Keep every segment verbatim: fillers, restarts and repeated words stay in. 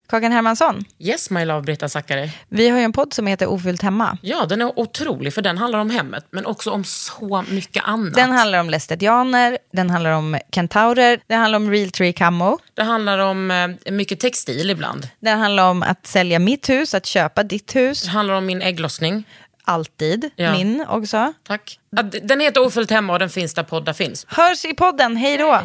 Kakan Hermansson. Yes, my love, Britta Zackari. Vi har ju en podd som heter Ofyllt hemma. Ja, den är otrolig för den handlar om hemmet, men också om så mycket annat. Den handlar om lästetianer, den handlar om kentaurer, den handlar om real tree camo. Det handlar om eh, mycket textil ibland. Den handlar om att sälja mitt hus, att köpa ditt hus. Det handlar om min ägglossning. Alltid, ja. Min också. Tack. Den heter Ofyllt hemma och den finns där poddar finns. Hörs i podden, hej då!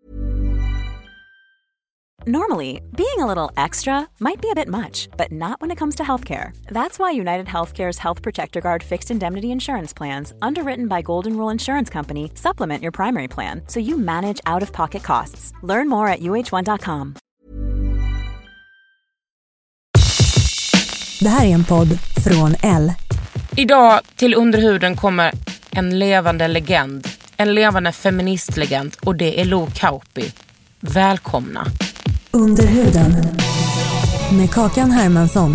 Normally, being a little extra might be a bit much, but not when it comes to healthcare. That's why United Healthcare's Health Protector Guard fixed indemnity insurance plans, underwritten by Golden Rule Insurance Company, supplement your primary plan so you manage out-of-pocket costs. Learn more at u h one dot com. Det här är en podd från L. Idag till Underhuden kommer en levande legend. En levande feministlegend, och det är Lo Kauppi. Välkomna. Underhuden med Kakan Hermansson.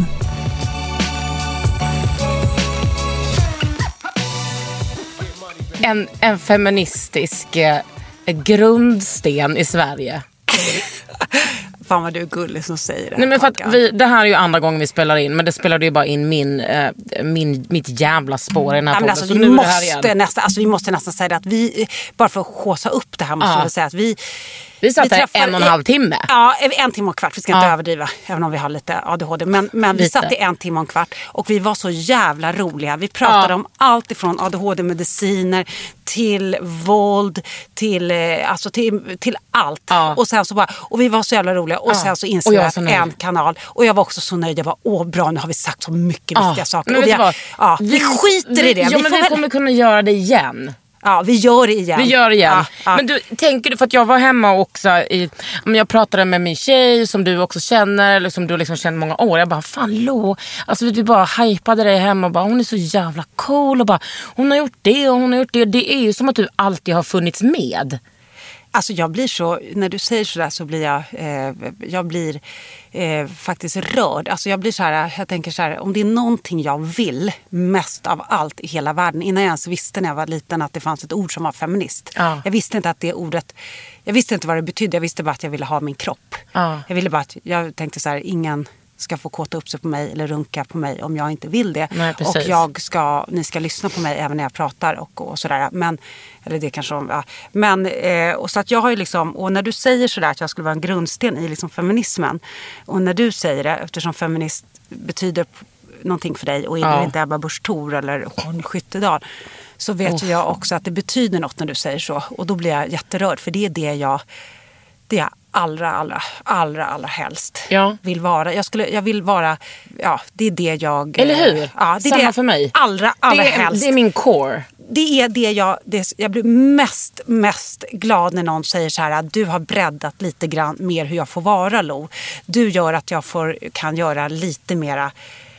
En, en feministisk eh, grundsten i Sverige. Fan vad du är gullig som säger det. Nej, men för att vi, det här är ju andra gången vi spelar in, men det spelade ju bara in min, eh, min, mitt jävla spår i den här ja, podden. alltså, så vi, nu måste är det här igen. nästan, alltså, vi måste nästan säga det att vi, bara för att håsa upp det här måste ja. vi säga att vi Vi satt här en och en halv timme. Ja, en timme och kvart. Vi ska inte ja. överdriva, även om vi har lite A D H D. Men, men vi satt i en timme och en kvart. Och vi var så jävla roliga. Vi pratade ja. om allt ifrån A D H D-mediciner till våld, till, alltså till, till allt. Ja. Och sen så bara, och vi var så jävla roliga. Och ja. sen så insåg jag att en kanal. Och jag var också så nöjd. Jag var, åh bra, nu har vi sagt så mycket ja. viktiga saker. Men och vi, har, ja, vi, vi skiter vi, i det. Ja, vi men vi kommer väl kunna göra det igen. Ja, vi gör det igen. Vi gör det igen. Ja, ja. Men du, tänker du, för att jag var hemma också i, jag pratade med min tjej som du också känner, eller som du liksom känner många år. Jag bara, fan Lo, alltså vi bara hypade dig hemma och bara, hon är så jävla cool och bara, hon har gjort det och hon har gjort det. Det är ju som att du alltid har funnits med. Alltså jag blir så, när du säger sådär så blir jag, eh, jag blir eh, faktiskt rörd. Alltså jag blir så här, jag tänker så här, om det är någonting jag vill mest av allt i hela världen. Innan jag ens visste när jag var liten att det fanns ett ord som var feminist. Ja. Jag visste inte att det ordet, jag visste inte vad det betydde. Jag visste bara att jag ville ha min kropp. Ja. Jag ville bara att, jag tänkte så här, ingen ska få kåta upp sig på mig eller runka på mig om jag inte vill det. Nej, och jag ska, ni ska lyssna på mig även när jag pratar och, och sådär. Men, eller det kanske, ja. Men, eh, och så att jag har ju liksom, och när du säger sådär att jag skulle vara en grundsten i liksom feminismen, och när du säger det, eftersom feminist betyder någonting för dig och är ja. inte Ebba Busch Thor eller Hon Skyttedal, så vet oh. jag också att det betyder något när du säger så. Och då blir jag jätterörd, för det är det jag, det jag allra, allra, allra, allra helst ja. vill vara. Jag, skulle, jag vill vara, ja, det är det jag... Eller hur? Ja, det är samma det för mig. Allra, allra det är, helst. Det är min core. Det är det jag, det, jag blir mest, mest glad när någon säger så här att du har breddat lite grann mer hur jag får vara, Lo. Du gör att jag får, kan göra lite mera.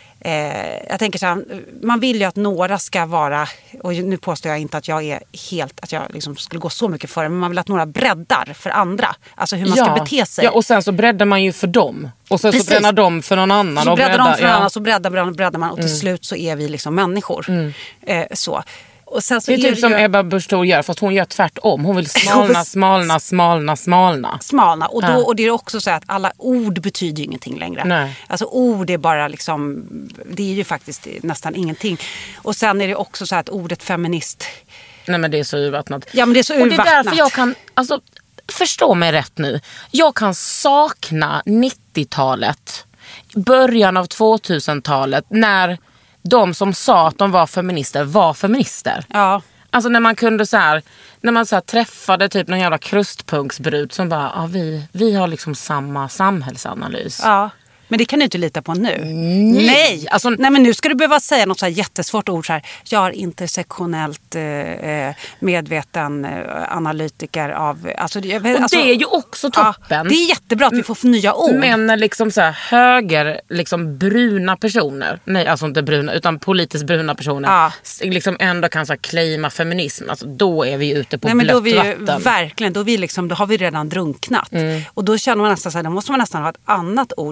Eh, jag tänker så här, man vill ju att några ska vara, och nu påstår jag inte att jag är helt, att jag liksom skulle gå så mycket för det, men man vill att några breddar för andra, alltså hur man ja. ska bete sig. Ja, och sen så breddar man ju för dem, och sen Precis. så breddar de för någon annan. Så och breddar breddar, de för ja. någon annan, så breddar, breddar, breddar man, och till mm. slut så är vi liksom människor. Mm. Eh, så. Och sen så det är, är typ det som ju... Ebba Busch Thor gör, fast hon gör tvärtom. Hon vill smalna, smalna, smalna, smalna. Smalna. Och, då, ja. och det är också så att alla ord betyder ju ingenting längre. Nej. Alltså ord är bara liksom, det är ju faktiskt nästan ingenting. Och sen är det också så att ordet feminist... Nej, men det är så urvattnat. Ja, men det är så urvattnat. Och det är därför jag kan, alltså, förstå mig rätt nu. Jag kan sakna nittiotalet, början av tvåtusentalet, när de som sa att de var feminister var feminister. Ja. Alltså när man kunde så här, när man så här träffade typ någon jävla krustpunksbrud som bara, ja, vi, vi har liksom samma samhällsanalys. Ja. Men det kan du inte lita på nu. Nej. Nej. Alltså, nej, men nu ska du behöva säga något så här jättesvårt ord så här. Jag är intersektionellt eh, medveten eh, analytiker av... Alltså, jag, och alltså, det är ju också toppen. Ja, det är jättebra att vi får nya ord. Men när liksom så här höger, liksom bruna personer, nej alltså inte bruna utan politiskt bruna personer, ja. liksom ändå kan så här claima feminism, alltså då är vi ute på nej, men blött då vi ju, vatten. Verkligen, då, vi liksom, då har vi redan drunknat. Mm. Och då känner man nästan så här, då måste man nästan ha ett annat ord. Men jag var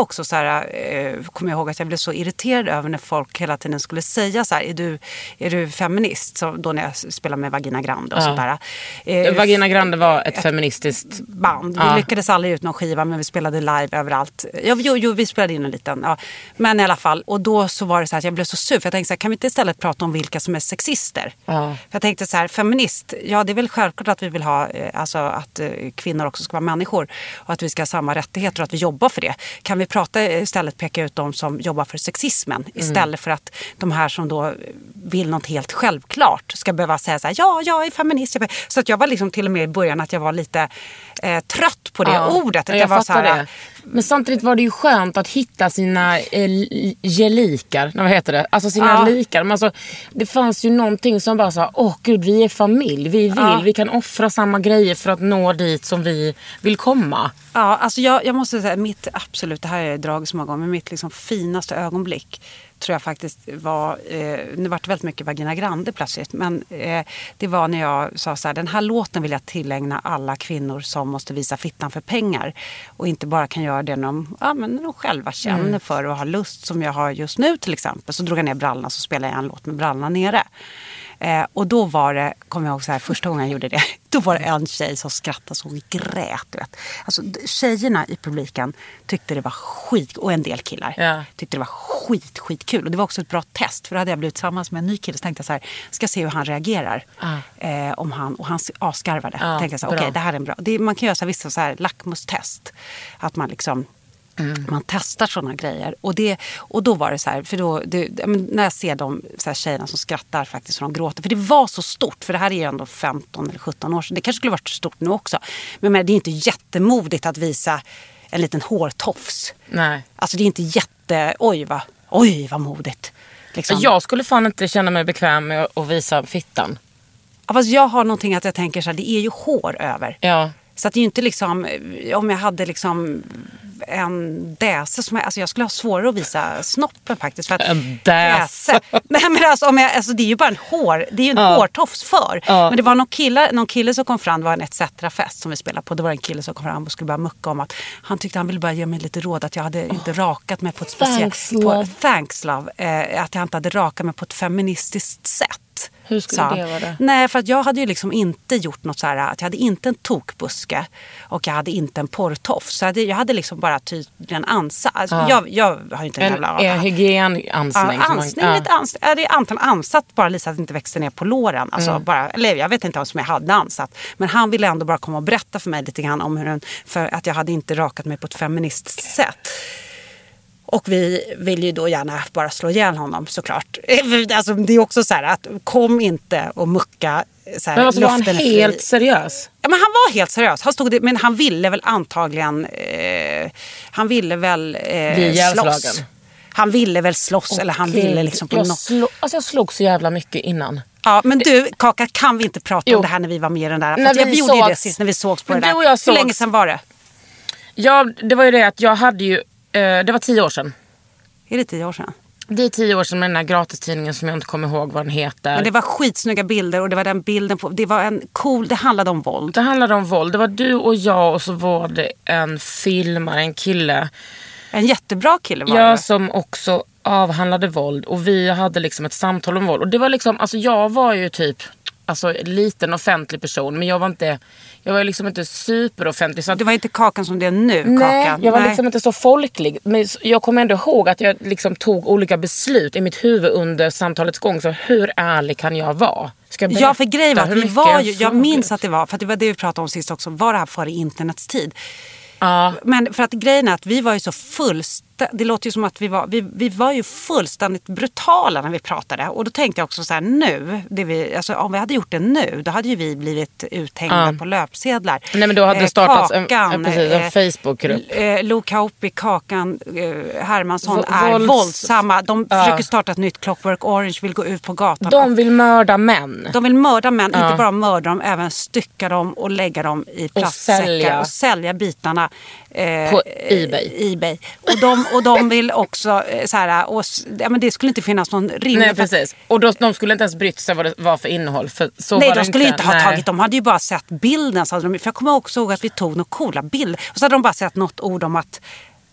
också så här, eh, kommer jag ihåg att jag blev så irriterad över när folk hela tiden skulle säga så här, är du, är du feminist? Så då när jag spelade med Vagina Grande och ja. sådär. Eh, Vagina Grande var ett, ett feministiskt band. Vi ja. lyckades aldrig ut någon skiva, men vi spelade live överallt. Ja, jo, jo, vi spelade in en liten. Ja. Men i alla fall, och då så var det så här att jag blev så sur. För jag tänkte så här, kan vi inte istället prata om vilka som är sexister? Ja. För jag tänkte så här, feminist, ja det är väl självklart att vi vill ha, eh, alltså att eh, kvinnor också ska vara människor. Och att vi ska ha samma rättigheter och att vi jobbar för det. Kan vi prata istället, peka ut de som jobbar för sexismen istället mm. för att de här som då vill något helt självklart ska behöva säga så här, ja, jag är feminist. Så att jag var liksom till och med i början att jag var lite eh, trött på det ja. ordet. Att jag jag var så här, det. Men samtidigt var det ju skönt att hitta sina eh, gelikar, vad heter det? Alltså sina ja. likar. Men alltså, det fanns ju någonting som bara sa, åh gud, vi är familj, vi vill, ja. vi kan offra samma grejer för att nå dit som vi vill komma. Ja, alltså jag, jag måste säga, mitt absolut, det här är drag som har gått, men mitt liksom finaste ögonblick tror jag faktiskt var, eh, nu vart det väldigt mycket Vagina Grande plötsligt, men eh, det var när jag sa så här, den här låten vill jag tillägna alla kvinnor som måste visa fittan för pengar och inte bara kan göra det när de, ja, men när de själva känner mm. för och har lust, som jag har just nu till exempel. Så drog jag ner brallorna, så spelade jag en låt med brallorna nere. Eh, och då var det, kommer jag ihåg så här, första gången jag gjorde det, då var det en tjej som skrattade så grät, du vet. Alltså tjejerna i publiken tyckte det var skit, och en del killar ja. tyckte det var skit, skitkul. Och det var också ett bra test, för då hade jag blivit tillsammans med en ny kille, så tänkte jag så här, ska se hur han reagerar. Ah. Eh, om han, och han asgarvade. Ah, tänkte jag så här, okej, okay, det här är en bra, det, man kan göra så här, vissa så här lackmustest, att man liksom Mm. man testar sådana grejer. Och, det, och då var det så här, för då, det, när jag ser de så här tjejerna som skrattar faktiskt, och de gråter, för det var så stort, för det här är ju ändå femton eller sjutton år sedan, det kanske skulle varit stort nu också, men, men det är inte jättemodigt att visa en liten hårtofs. Nej. Alltså det är inte jätte, oj vad, oj vad modigt liksom. Jag skulle fan inte känna mig bekväm med att visa fittan. Ja, fast jag har någonting att jag tänker så här, det är ju hår över. Ja. Så att det är ju inte liksom, om jag hade liksom en däse som jag, alltså jag skulle ha svårare att visa snoppen faktiskt, för att en däse. Nej, men alltså, om jag, alltså det är ju bara en hår, det är ju en ja. hårtofs för. Ja. Men det var någon kille, någon kille som kom fram, det var en et cetera-fest som vi spelade på. Det var en kille som kom fram och skulle bara mucka om att han tyckte han ville bara ge mig lite råd, att jag hade oh. inte rakat mig på ett speciellt, thanks love, thanks, love eh, att jag inte hade rakat mig på ett feministiskt sätt. Hur skulle så. det vara det? Nej, för att jag hade ju liksom inte gjort något så här, att jag hade inte en tokbuske och jag hade inte en porrtofs. Så jag hade liksom bara tydligen ansats. Alltså, ja. jag, jag har ju inte en, en jävla... En hygienansning. Ja, ansning, man, lite ans, ja. Det är antagligen ansatt bara lite så att det inte växte ner på låren. Alltså, mm. bara, eller jag vet inte vad som jag hade ansatt. Men han ville ändå bara komma och berätta för mig lite grann om hur den, för att jag hade inte rakat mig på ett feministiskt sätt. Och vi vill ju då gärna bara slå ihjäl honom, såklart. Alltså, det är också så här att kom inte och mucka så här, men alltså, var han helt fri. seriös? Ja, men han var helt seriös. Han stod det, men han ville väl antagligen eh, han ville väl eh, slåss. Han ville väl slåss okay. eller han ville liksom på jag något. Slå, alltså jag slog så jävla mycket innan. Ja, men du, Kaka, kan vi inte prata jo. om det här när vi var med i den där? När vi vi gjorde sågs. det sist när vi sågs på men det där. Hur sågs. länge sedan var det? Ja, det var ju det att jag hade ju, eh, det var tio år sedan. Är det tio år sedan? Det är tio år sedan med den här gratistidningen som jag inte kommer ihåg vad den heter. Men det var skitsnygga bilder och det var den bilden på, det var en cool, det handlade om våld. Det handlade om våld. Det var du och jag och så var det en filmare, en kille. En jättebra kille var ja, det. Som också avhandlade våld och vi hade liksom ett samtal om våld. Och det var liksom, alltså jag var ju typ, alltså liten offentlig person, men jag var inte... Jag var liksom inte superoffentlig. Så att... Du var inte Kakan som det är nu, Nej, Kakan. jag var Nej. liksom inte så folklig. Men jag kommer ändå ihåg att jag liksom tog olika beslut i mitt huvud under samtalets gång. Så hur ärlig kan jag vara? Ska jag ja, för grejen var att vi var ju, jag, jag minns att det var, för det var det vi pratade om sist också, var det här före internets tid. Ja. Men för att grejen är att vi var ju så fullständigt, det låter ju som att vi var, vi, vi var ju fullständigt brutala när vi pratade. Och då tänkte jag också så här, nu, det vi, alltså, om vi hade gjort det nu, då hade ju vi blivit uthängda ja. på löpsedlar. Nej, men då hade det startats eh, Kakan, en, precis, en eh, Facebookgrupp. Eh, Lo Kauppi, Kakan, eh, Hermansson V- är vålds... våldsamma. De ja. försöker starta ett nytt Clockwork Orange, vill gå ut på gatan. De vill mörda män. De vill mörda män, ja. inte bara mörda dem, även stycka dem och lägga dem i plastsäckar och sälja, och sälja bitarna eh, på eBay. eBay. Och, de, och de vill också eh, så här, och, ja, men det skulle inte finnas någon rimlig... Nej, precis. Och då, de skulle inte ens brytt sig vad det var för innehåll. För så Nej, var de det skulle inte, inte ha nej. tagit, de hade ju bara sett bilden. Så hade de, för jag kommer också ihåg att vi tog några coola bilder. Och så hade de bara sett något ord om att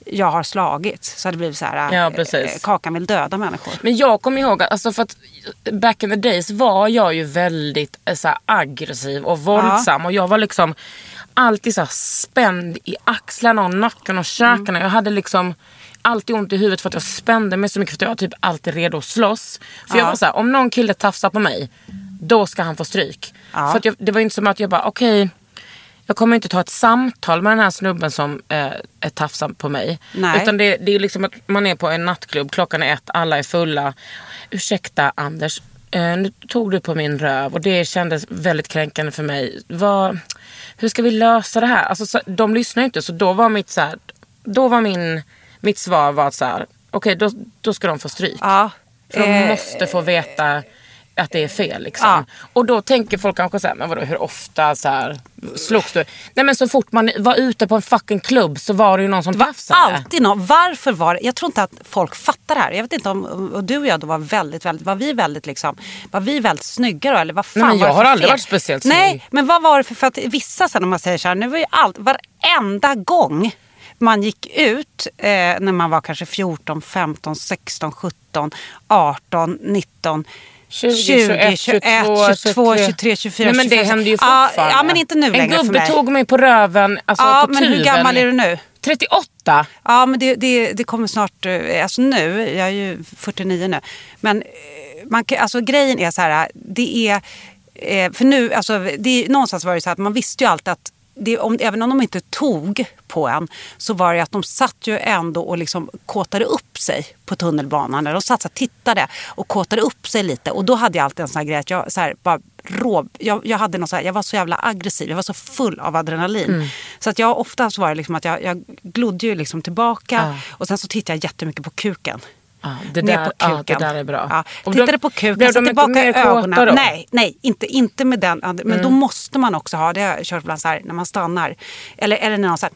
jag har slagit. Så hade det blivit så här, ja, precis. Kakan vill döda människor. Men jag kommer ihåg, alltså för att back in the days var jag ju väldigt så här, aggressiv och våldsam. Ja. Och jag var liksom alltid så här, spänd i axlarna och nacken och käkarna. Mm. Jag hade liksom alltid ont i huvudet för att jag spände mig så mycket. För att jag var typ alltid redo att slåss. För ja. jag var så här, om någon kille tafsar på mig, då ska han få stryk. Ja. För att jag, det var inte som att jag bara, okej, okay, jag kommer inte ta ett samtal med den här snubben som eh, är tafsad på mig. Nej. Utan det, det är liksom att man är på en nattklubb, klockan är ett, alla är fulla. Ursäkta Anders, eh, nu tog du på min röv och det kändes väldigt kränkande för mig. Vad, hur ska vi lösa det här? Alltså, så, de lyssnar inte, så då var mitt så här, då var min, mitt svar var så här, okej, okay, då, då ska de få stryk. Ja. För de eh, måste få veta att det är fel liksom. Ja. Och då tänker folk kanske så här, men vadå, hur ofta så här slogs du? Nej, men så fort man var ute på en fucking klubb så var det ju någon som tafsade. Alltid någon. Varför var det? Jag tror inte att folk fattar det här. Jag vet inte om, och du och jag då var väldigt, väldigt, var vi väldigt liksom, var vi väldigt snygga då? Eller vad fan? Nej, men jag var har aldrig fel? varit speciellt snygg. Nej, men vad var det för, för att vissa sen, om man säger så här, nu var ju allt, varenda gång man gick ut eh, när man var kanske fjorton, femton, sexton, sjutton, arton, nitton, tjugo, tjugoett, tjugotvå, tjugotre, tjugofyra, nej, men det händer ju fortfarande. Ja, ja, men inte nu längre för mig. En gubbe tog mig på röven, alltså ja, på men tuben. Hur gammal är du nu? trettioåtta. Ja, men det, det, det kommer snart, alltså nu, jag är ju fyrtionio nu. Men man kan, alltså grejen är så här, det är, för nu, alltså det är, någonstans var det så här att man visste ju alltid att det, om, även om de inte tog på en, så var det att de satt ju ändå och liksom kåtade upp sig på tunnelbanan. De satt och tittade och kåtade upp sig lite. Och då hade jag alltid en sån här grej att jag så här, bara rå, jag, jag, hade någon så här, jag var så jävla aggressiv. Jag var så full av adrenalin. Mm. Så att jag ofta så var det liksom att jag, jag glodde ju liksom tillbaka. Ah. Och sen så tittade jag jättemycket på kuken. Ah, det, där, på kuken. Ah, det där är bra. Ja, tittade de, på kuken, så tillbaka i ögonen. Då? Nej, nej inte, inte med den. Men mm. då måste man också ha, det har jag kört ibland så här, när man stannar. Eller, eller när någon så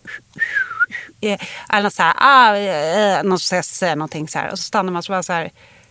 här, eller något så här, ah, någon säger någonting så här. Och så stannar man så bara så här,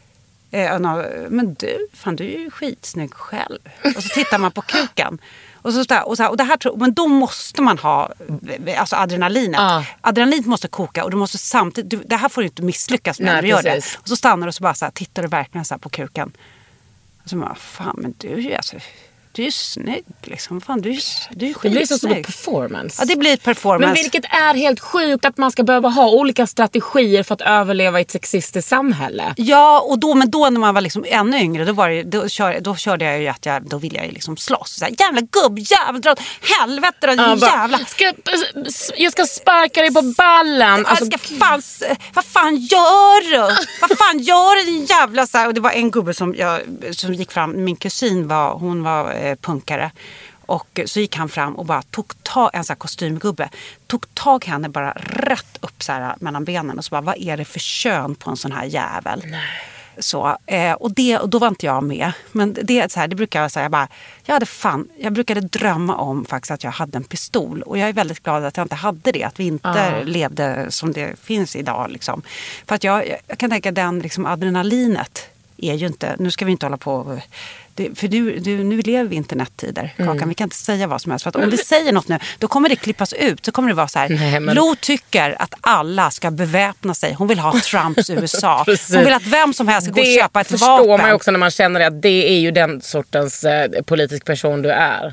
eh, men du, fan du är ju skitsnygg själv. Och så tittar man på kuken. Och, så, och, så, och det här, men då måste man ha alltså adrenalinet. Ah. Adrenalinet måste koka och du måste samtidigt, du, det här får du inte misslyckas med. Nej, när du gör det. Och så stannar du och så bara så här, tittar du verkligen så här på kuken. Och så bara, fan men du är ju alltså, du är ju snygg liksom. Fan, du är, du är skitsnygg. Det blir så som en performance. Ja, det blir ett performance. Men vilket är helt sjukt att man ska behöva ha olika strategier för att överleva i ett sexistiskt samhälle. Ja, och då, men då när man var liksom ännu yngre, då, var det, då, kör, då körde jag ju att jag, då ville jag ju liksom slåss. Så här, jävla gubb, jävla dra, helvete då, ja, jävla. Ska, jag ska sparka dig på ballen. Alltså, jag ska fan, vad fan gör du? Vad fan gör du din jävla så här? Och det var en gubbe som, jag, som gick fram, min kusin var, hon var punkare. Och så gick han fram och bara tog tag, en sån här kostymgubbe, tog tag henne bara rätt upp så här mellan benen och så bara, vad är det för kön på en sån här jävel? Nej. Så, eh, och, det, och då var inte jag med. Men det är så här, det brukar jag säga, jag bara, jag hade fan, jag brukade drömma om faktiskt att jag hade en pistol. Och jag är väldigt glad att jag inte hade det, att vi inte ah. levde som det finns idag liksom. För att jag, jag kan tänka den liksom adrenalinet är ju inte, nu ska vi inte hålla på. Det, för du, du, nu lever vi i internettider, Kakan. Mm. Vi kan inte säga vad som helst. För att om vi säger något nu, då kommer det klippas ut. Så kommer det vara så här, nej, men... Lo tycker att alla ska beväpna sig. Hon vill ha Trumps U S A. Hon vill att vem som helst ska det gå och köpa ett vapen. Det förstår man ju också när man känner att det är ju den sortens eh, politisk person du är.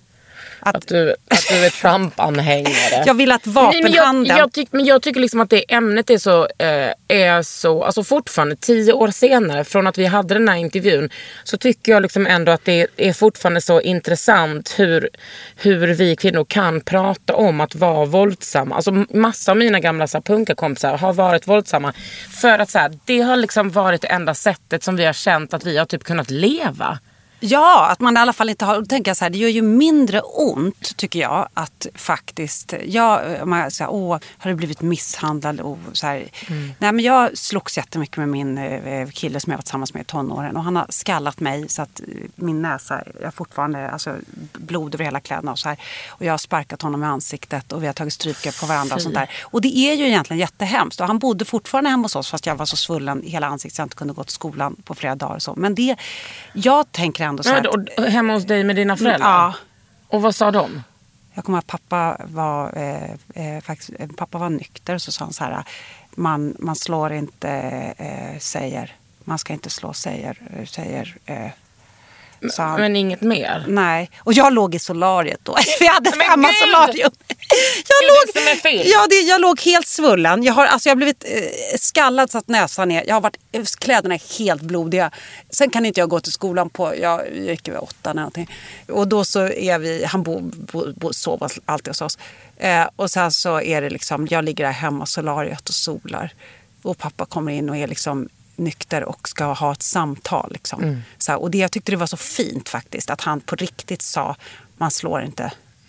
Att, att, du, att du är Trump-anhängare. Jag vill att vapenhandeln... Men jag, jag, tyck, men jag tycker liksom att det ämnet är så, eh, är så... Alltså fortfarande, tio år senare, från att vi hade den här intervjun, så tycker jag liksom ändå att det är fortfarande så intressant hur, hur vi kvinnor kan prata om att vara våldsamma. Alltså massa av mina gamla så här, punkakompisar har varit våldsamma. För att så här, det har liksom varit det enda sättet som vi har känt att vi har typ kunnat leva. Ja, att man i alla fall inte har, tänker jag så här, det gör ju mindre ont tycker jag att faktiskt, ja, man säger, åh, har du blivit misshandlad och så här. Mm. Nej, men jag slogs jättemycket med min eh, kille som jag var tillsammans med i tonåren och han har skallat mig så att min näsa, jag har fortfarande alltså, blod över hela kläderna och så här. Och jag har sparkat honom i ansiktet och vi har tagit stryker på varandra och sånt där. Och det är ju egentligen jättehemskt och han bodde fortfarande hemma hos oss fast jag var så svullen i hela ansiktet så jag inte kunde gå till skolan på flera dagar och så. Men det, jag tänker ändå så här, och hemma hos dig med dina föräldrar? Ja. Och vad sa de? Jag kommer att pappa var, eh, eh, faktiskt, pappa var nykter, så sa han så här, man, man slår inte eh, säger, man ska inte slå säger, säger eh, han, men inget mer? Nej, och jag låg i solariet då. Vi hade ett hemma solarium. Jag Gud, låg, det som är fel. ja, det, jag låg helt svullen. Jag har, alltså, jag har blivit eh, skallad så att näsan ner. Jag har varit, kläderna är helt blodiga. Sen kan inte jag gå till skolan på, jag gick över åtta eller någonting. Och då så är vi, han bo, bo, bo, sover alltid hos oss. Eh, och sen så är det liksom, jag ligger där hemma i solariet och solar. Och pappa kommer in och är liksom nykter och ska ha ett samtal. Liksom. Mm. Så här, och det, jag tyckte det var så fint faktiskt, att han på riktigt sa, man slår inte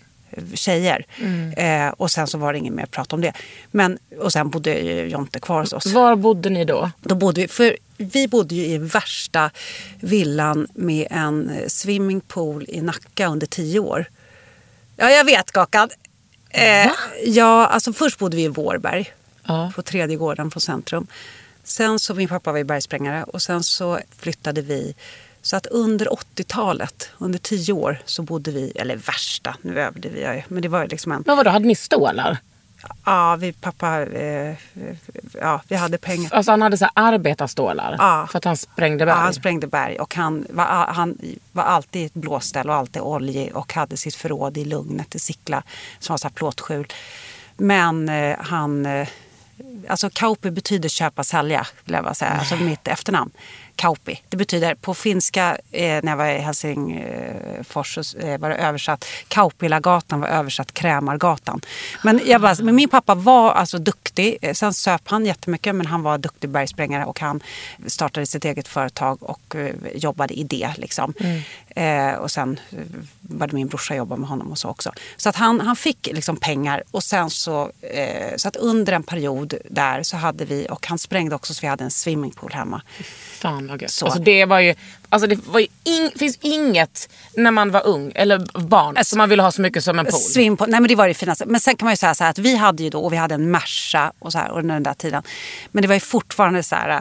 tjejer. Mm. Eh, och sen så var det ingen mer prat om det. Men, och sen bodde Jonte kvar hos oss. Var bodde ni då? Då bodde vi, för vi bodde ju i värsta villan med en swimmingpool i Nacka under tio år. Ja, jag vet, Kakan. Eh, ja, alltså först bodde vi i Vårberg. Ja. På tredje gården från centrum. Sen så, min pappa var ju bergsprängare, och sen så flyttade vi, så att under åttiotalet, under tio år, så bodde vi, eller värsta, nu överdriver jag ju, men det var ju liksom en... Men vadå, hade ni stålar? Ja, vi, pappa, eh, ja, vi hade pengar. Alltså han hade så här arbetarstålar? Ja. För att han sprängde berg? Ja, han sprängde berg, och han var, han var alltid i ett blåställ och alltid oljig, och hade sitt förråd i Lugnet i Sickla, som var så här plåtskjul. Men eh, han... Eh, Alltså Kauppi betyder köpa, sälja, vill jag bara säga. Alltså mitt efternamn. Kauppi. Det betyder på finska, eh, när jag var i Helsingfors, eh, var det översatt. Kauppilagatan var översatt Krämargatan. Men, jag bara, men min pappa var alltså duktig. Sen söp han jättemycket, men han var duktig bergsprängare, och han startade sitt eget företag och eh, jobbade i det. Liksom. Mm. Eh, och sen eh, var det min brorsa jobba med honom och så också. Så att han, han fick liksom pengar, och sen så, eh, så att under en period där så hade vi, och han sprängde också, så vi hade en swimmingpool hemma. Fan vad gött. Alltså det var ju, alltså det var ju in, finns inget när man var ung eller barn alltså, som man ville ha så mycket som en pool. Swimpool, nej men det var det finaste. Men sen kan man ju säga så här att vi hade ju då, och vi hade en Merca och så här under den där tiden. Men det var ju fortfarande så här,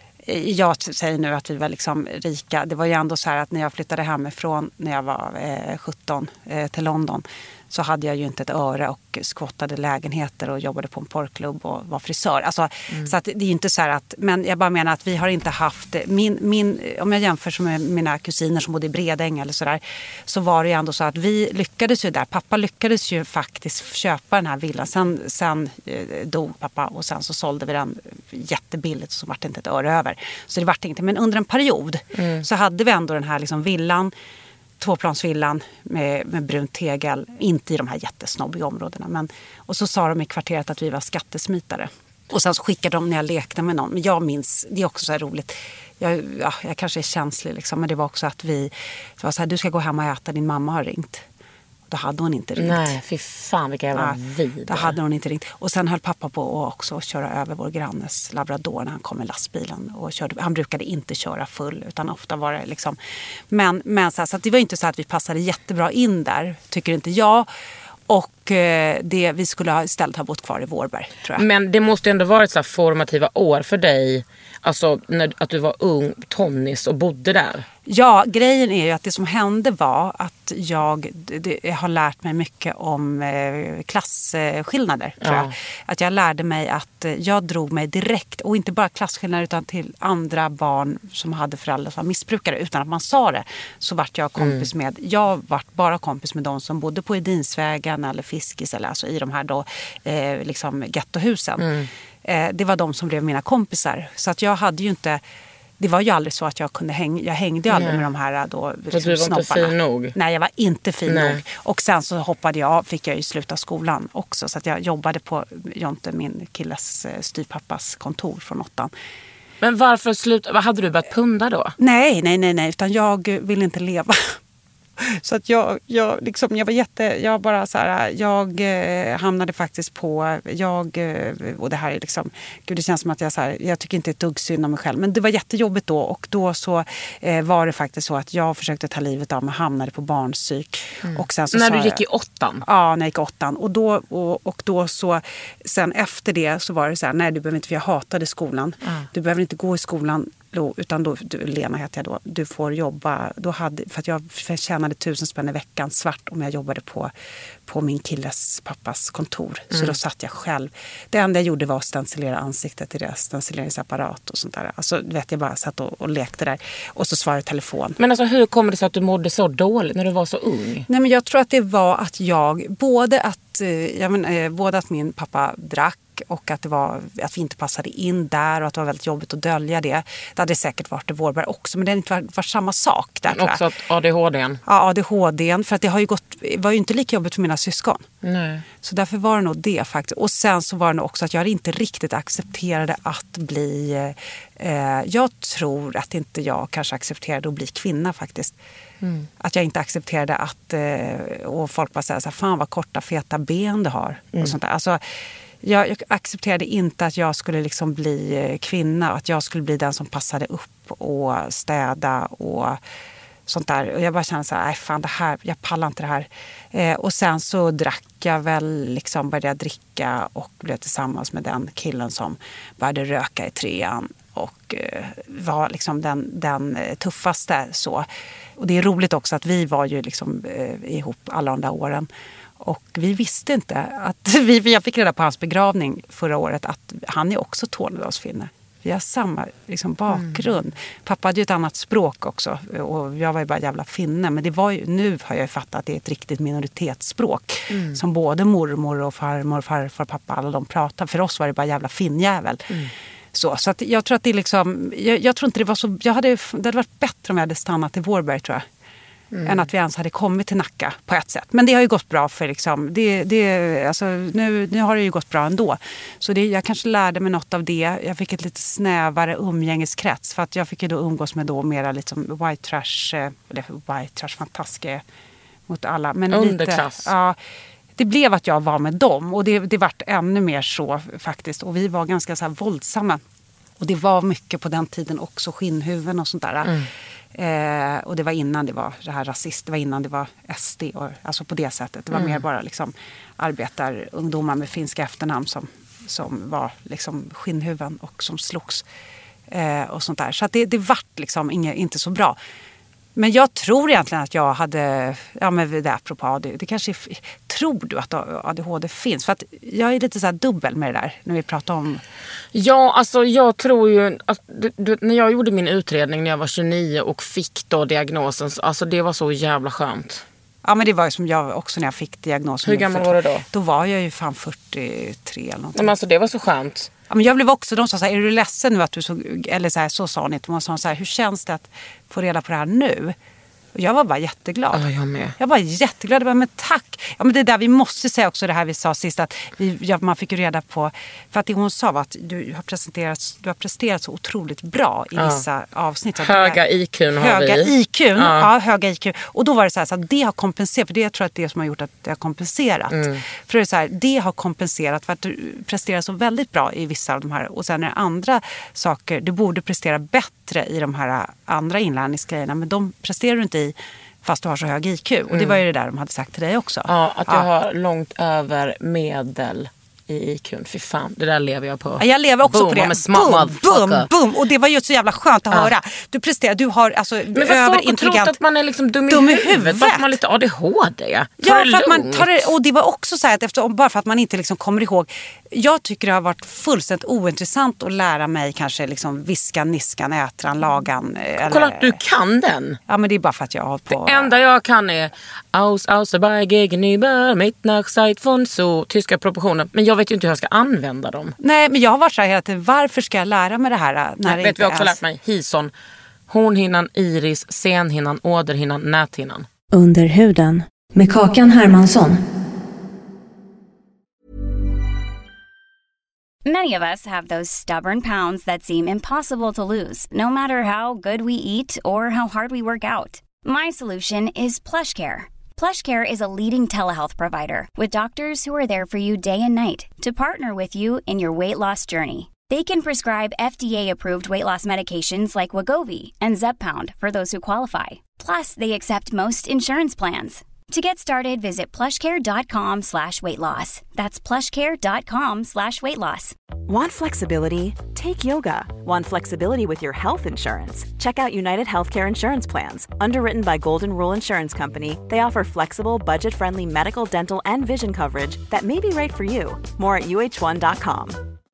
jag säger nu att vi var liksom rika. Det var ju ändå så här att när jag flyttade hemifrån när jag var eh, sjutton eh, till London, så hade jag ju inte ett öre och skottade lägenheter och jobbade på en porrklubb och var frisör. Alltså, mm. Så att det är ju inte så här att, men jag bara menar att vi har inte haft, min, min, om jag jämför med mina kusiner som bodde i Bredäng eller sådär, så var det ju ändå så att vi lyckades ju där. Pappa lyckades ju faktiskt köpa den här villan. Sen, sen eh, dog pappa, och sen så sålde vi den jättebilligt, så var det inte ett öre över. Så det var ingenting. Men under en period mm. så hade vi ändå den här liksom villan, tvåplansvillan med, med brunt tegel, inte i de här jättesnobbiga områdena. Men, och så sa de i kvarteret att vi var skattesmitare. Och sen så skickade de när jag lekte med någon. Men jag minns, det är också så här roligt. Jag, ja, jag kanske är känslig liksom, men det var också att vi, det var så här, du ska gå hem och äta, din mamma har ringt. Då hade hon inte ringt. Nej, fy fan vilka jävla ja, vid. Då hade hon inte ringt. Och sen höll pappa på att också köra över vår grannes labrador när han kom med lastbilen. Och körde, han brukade inte köra full, utan ofta var det liksom... Men, men så, här, så att det var inte så att vi passade jättebra in där, tycker inte jag. Och eh, det, vi skulle ha istället ha bott kvar i Vårberg, tror jag. Men det måste ändå varit så här formativa år för dig. Alltså när, att du var ung, tonnis och bodde där. Ja, grejen är ju att det som hände var att jag, det, jag har lärt mig mycket om eh, klasskillnader, tror ja. jag. Att jag lärde mig att eh, jag drog mig direkt, och inte bara klasskillnader utan till andra barn som hade föräldrar som var missbrukare, utan att man sa det. Så vart jag kompis mm. med, jag vart bara kompis med de som bodde på Edinsvägen eller Fiskis, eller alltså i de här då eh, liksom gettohusen. Mm. Eh, det var de som blev mina kompisar. Så att jag hade ju inte... Det var ju aldrig så att jag kunde hänga, jag hängde ju aldrig Nej. med de här då, liksom, du var snopparna. Inte fin nog. Nej, jag var inte fin Nej. nog. Och sen så hoppade jag, fick jag ju sluta skolan också. Så att jag jobbade på Jonte, min killes styrpappas kontor från åttan. Men varför sluta? Vad hade du börjat punda då? Nej, nej, nej, nej. Utan jag ville inte leva. Så att jag, jag, liksom, jag var jätte, jag bara så här, jag eh, hamnade faktiskt på, jag, eh, och det här är liksom, gud det känns som att jag så här, jag tycker inte ett dugg synd om mig själv, men det var jättejobbigt då, och då så eh, var det faktiskt så att jag försökte ta livet av mig, hamnade på barnpsyk. Mm. Och sen så när sa du gick jag, i åttan? Ja, när jag gick i åttan. Och då, och, och då så, sen efter det så var det så här, nej du behöver inte, för jag hatade skolan. Mm. Du behöver inte gå i skolan Lo, utan då, du, Lena heter jag då, du får jobba, då hade, för att jag tjänade tusen spänn i veckan svart om jag jobbade på, på min killes pappas kontor. Mm. Så då satt jag själv. Det enda jag gjorde var att stencilera ansiktet i deras stencileringsapparat och sånt där. Alltså vet jag bara satt och, och lekte där. Och så svarade telefon. Men alltså hur kommer det sig att du mådde så dåligt när du var så ung? Nej, men jag tror att det var att jag, både att, jag men, både att min pappa drack och att, det var, att vi inte passade in där och att det var väldigt jobbigt att dölja det. Det hade säkert varit i Vårberg också, men det hade inte varit, varit samma sak där. Men också att A D H D. Ja, A D H D, för att det har ju gått, var ju inte lika jobbigt för mina syskon. Nej. Så därför var det nog det faktiskt. Och sen så var det nog också att jag inte riktigt accepterade att bli, eh, jag tror att inte jag kanske accepterade att bli kvinna faktiskt. Mm. Att jag inte accepterade att, eh, och folk bara säger så här, fan vad korta feta ben du har. Mm. Och sånt där. Alltså, jag, jag accepterade inte att jag skulle liksom bli kvinna. Att jag skulle bli den som passade upp och städa och sånt där. Och jag bara kände så här, nej fan det här, jag pallar inte det här. Eh, och sen så drack jag väl, liksom började jag dricka och blev tillsammans med den killen som började röka i trean. Och eh, var liksom den, den tuffaste så. Och det är roligt också att vi var ju liksom eh, ihop alla de där åren. Och vi visste inte att, vi, jag fick reda på hans begravning förra året att han är också tornedalsfinne. Vi har samma liksom, bakgrund. Mm. Pappa hade ju ett annat språk också och jag var ju bara jävla finne. Men det var ju, nu har jag ju fattat att det är ett riktigt minoritetsspråk. Mm. Som både mormor och farmor, farfar, pappa, alla de pratar. För oss var det bara jävla finnjävel. Mm. Så, så att jag tror att det liksom, jag, jag tror inte det var så, jag hade, det hade varit bättre om jag hade stannat i Vårberg tror jag. Mm. Än att vi ens hade kommit till Nacka på ett sätt. Men det har ju gått bra för liksom, det, det, alltså, nu, nu har det ju gått bra ändå. Så det, jag kanske lärde mig något av det. Jag fick ett lite snävare umgängeskrets. För att jag fick ju då umgås med då mera liksom white trash, eller white trash fantastiska mot alla. Men underklass. Lite, ja, det blev att jag var med dem. Och det, det vart ännu mer så faktiskt. Och vi var ganska så här våldsamma. Och det var mycket på den tiden också skinnhuven och sånt där. Mm. Eh, och det var innan det var det här rasist, det var innan det var S D och, alltså på det sättet. Det var mm. mer bara liksom arbetarungdomar med finska efternamn som, som var liksom skinnhuven och som slogs eh, och sånt där. Så att det, det vart liksom inge, inte så bra. Men jag tror egentligen att jag hade, ja men det där apropå A D H D, det kanske, tror du att A D H D finns? För att jag är lite så här dubbel med det där när vi pratar om. Ja, alltså jag tror ju, att, du, du, när jag gjorde min utredning när jag var tjugonio och fick då diagnosen, alltså det var så jävla skönt. Ja men det var ju som jag också när jag fick diagnosen. Hur gammal var du då? Då var jag ju fan fyrtiotre eller någonting. Men alltså det var så skönt. Ja, men jag blev också, de sa så här, är du ledsen nu att du så, eller så här, så sa ni, de sa så här, hur känns det att få reda på det här nu? Och jag var bara jätteglad. Ja, jag med. Jag var jätteglad. Jag bara, men tack. Ja, men det där, vi måste säga också det här vi sa sist. Att vi, ja, man fick ju reda på. För att det hon sa var att du har, presenterat, du har presterat så otroligt bra i ja. vissa avsnitt. Höga I Q har höga vi. I Q, ja. ja, höga I Q. Och då var det så här, så att det har kompenserat. För det jag tror att det är som har gjort att det har kompenserat. Mm. För det är så här, det har kompenserat för att du presterar så väldigt bra i vissa av de här. Och sen är det andra saker. Du borde prestera bättre i de här andra inlärningsgrejerna. Men de presterar du inte i. Fast du har så hög I Q. Och det var ju det där de hade sagt till dig också. Ja, att jag ja. har långt över medel i I Q. Fy fan, det där lever jag på. Ja, jag lever också boom, på det. Boom, boom, boom. Och det var ju så jävla skönt att ja. höra. Du presterar, du har alltså men över folk intelligent. Men att man är liksom dum, dum i huvudet. huvudet. Bara för att man har lite A D H D. Ta ja, det för att man lugnt. tar det, och det var också så här att efter, bara för att man inte liksom kommer ihåg. Jag tycker det har varit fullständigt ointressant att lära mig kanske liksom viskan, niskan, ätran, lagan. Eller... Kolla att du kan den. Ja, men det är bara för att jag har på... Det enda jag kan är aus, außer gegenüber, mit nach Zeit von so, tyska proportioner. Men jag vet ju inte hur jag ska använda dem. Nej, men jag har varit så här hela tiden. Varför ska jag lära mig det här? När Nej, det vet inte vi också ens... lärt mig. Hison, hornhinnan, iris, senhinnan, åderhinnan, näthinnan. Under huden med Kakan Hermansson. Many of us have those stubborn pounds that seem impossible to lose, no matter how good we eat or how hard we work out. My solution is PlushCare. PlushCare is a leading telehealth provider with doctors who are there for you day and night to partner with you in your weight loss journey. They can prescribe F D A-approved weight loss medications like Wegovy and Zepbound for those who qualify. Plus, they accept most insurance plans. To get started, visit plushcare.com slash weight loss. That's plushcare.com slash weight loss. Want flexibility? Take yoga. Want flexibility with your health insurance? Check out United Healthcare Insurance Plans. Underwritten by Golden Rule Insurance Company, they offer flexible, budget-friendly medical, dental, and vision coverage that may be right for you. More at u h one dot com.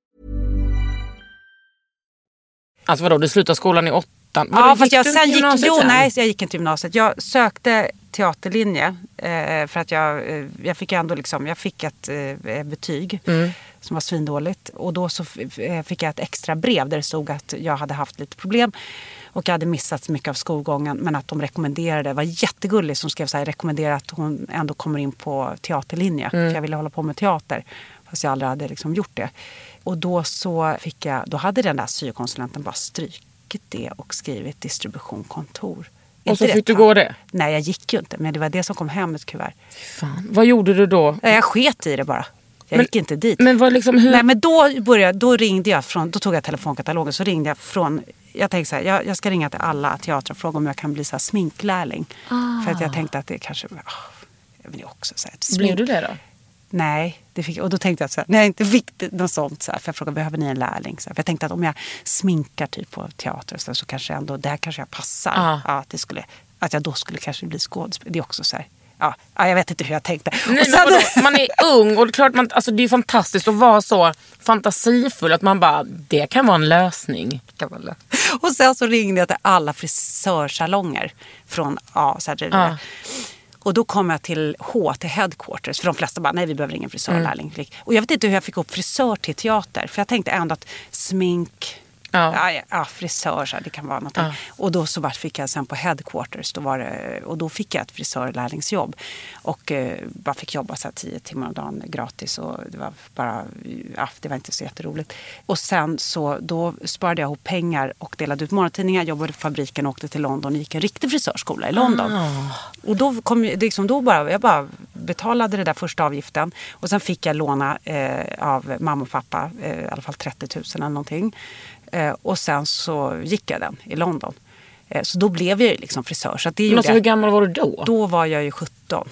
Alltså vadå, du slutade skolan i åttan? Ja, vadå, fast jag sen gick, jo, sen? nej, jag gick inte gymnasiet. Jag sökte teaterlinje eh, för att jag, eh, jag fick ändå liksom, jag fick ett eh, betyg mm. som var svindåligt. Och då så f- fick jag ett extra brev där det stod att jag hade haft lite problem och jag hade missat mycket av skolgången, men att de rekommenderade, det var jättegulligt som skrev så här, rekommenderade att hon ändå kommer in på teaterlinje, mm. för jag ville hålla på med teater, fast jag aldrig hade liksom gjort det. Och då så fick jag, då hade den där syokonsulenten bara strykit det och skrivit distributionkontor. Och så fick du gå det? Nej, jag gick ju inte, men det var det som kom hem ett kuvert. Fan. Vad gjorde du då? Jag sket i det bara. Jag men, gick inte dit. Men vad liksom hur? Nej, men då började, då ringde jag från, då tog jag telefonkatalogen, så ringde jag från, jag tänkte så här, jag, jag ska ringa till alla teatrar och fråga om jag kan bli så här sminklärling. Ah. För att jag tänkte att det kanske, oh, jag vill också säga ett smink. Blev du det då? Nej, det fick, och då tänkte jag så här, när jag inte fick något sånt så här, för jag frågade, behöver ni en lärling? Så här, för jag tänkte att om jag sminkar typ på teater så, så kanske ändå, där kanske jag passar. Ah. Ja, att, det skulle, att jag då skulle kanske bli skådespelare. Det är också så här, ja, jag vet inte hur jag tänkte. Nej, och sen, men vadå, man är ung och det är klart, man, alltså det är fantastiskt att vara så fantasifull att man bara, det kan vara en lösning. Kan vara lösning. Och sen så ringde jag till alla frisörsalonger från, ja, så här, ah. Och då kom jag till H, till headquarters. För de flesta bara, nej vi behöver ingen frisörlärling. Mm. Och jag vet inte hur jag fick upp frisör till teater. För jag tänkte ändå att smink, ja, ja, ja frisör, så här, det kan vara någonting. Ja. Och då så fick jag sen på headquarters. Då var det, och då fick jag ett frisörlärlingsjobb. Och eh, bara fick jobba så här tio timmar om dagen gratis. Och det var bara, ja, det var inte så jätteroligt. Och sen så, då sparade jag ihop pengar och delade ut morgontidningar. Jobbade på fabriken och åkte till London och gick en riktig frisörskola i London. Ah. Och då kom det liksom, då bara, jag bara betalade det där första avgiften. Och sen fick jag låna eh, av mamma och pappa, eh, i alla fall trettio tusen eller någonting. Eh, och sen så gick jag den i London. Eh, så då blev jag ju liksom frisör. Så att det men alltså, hur gammal var du då? Då var jag ju sjutton.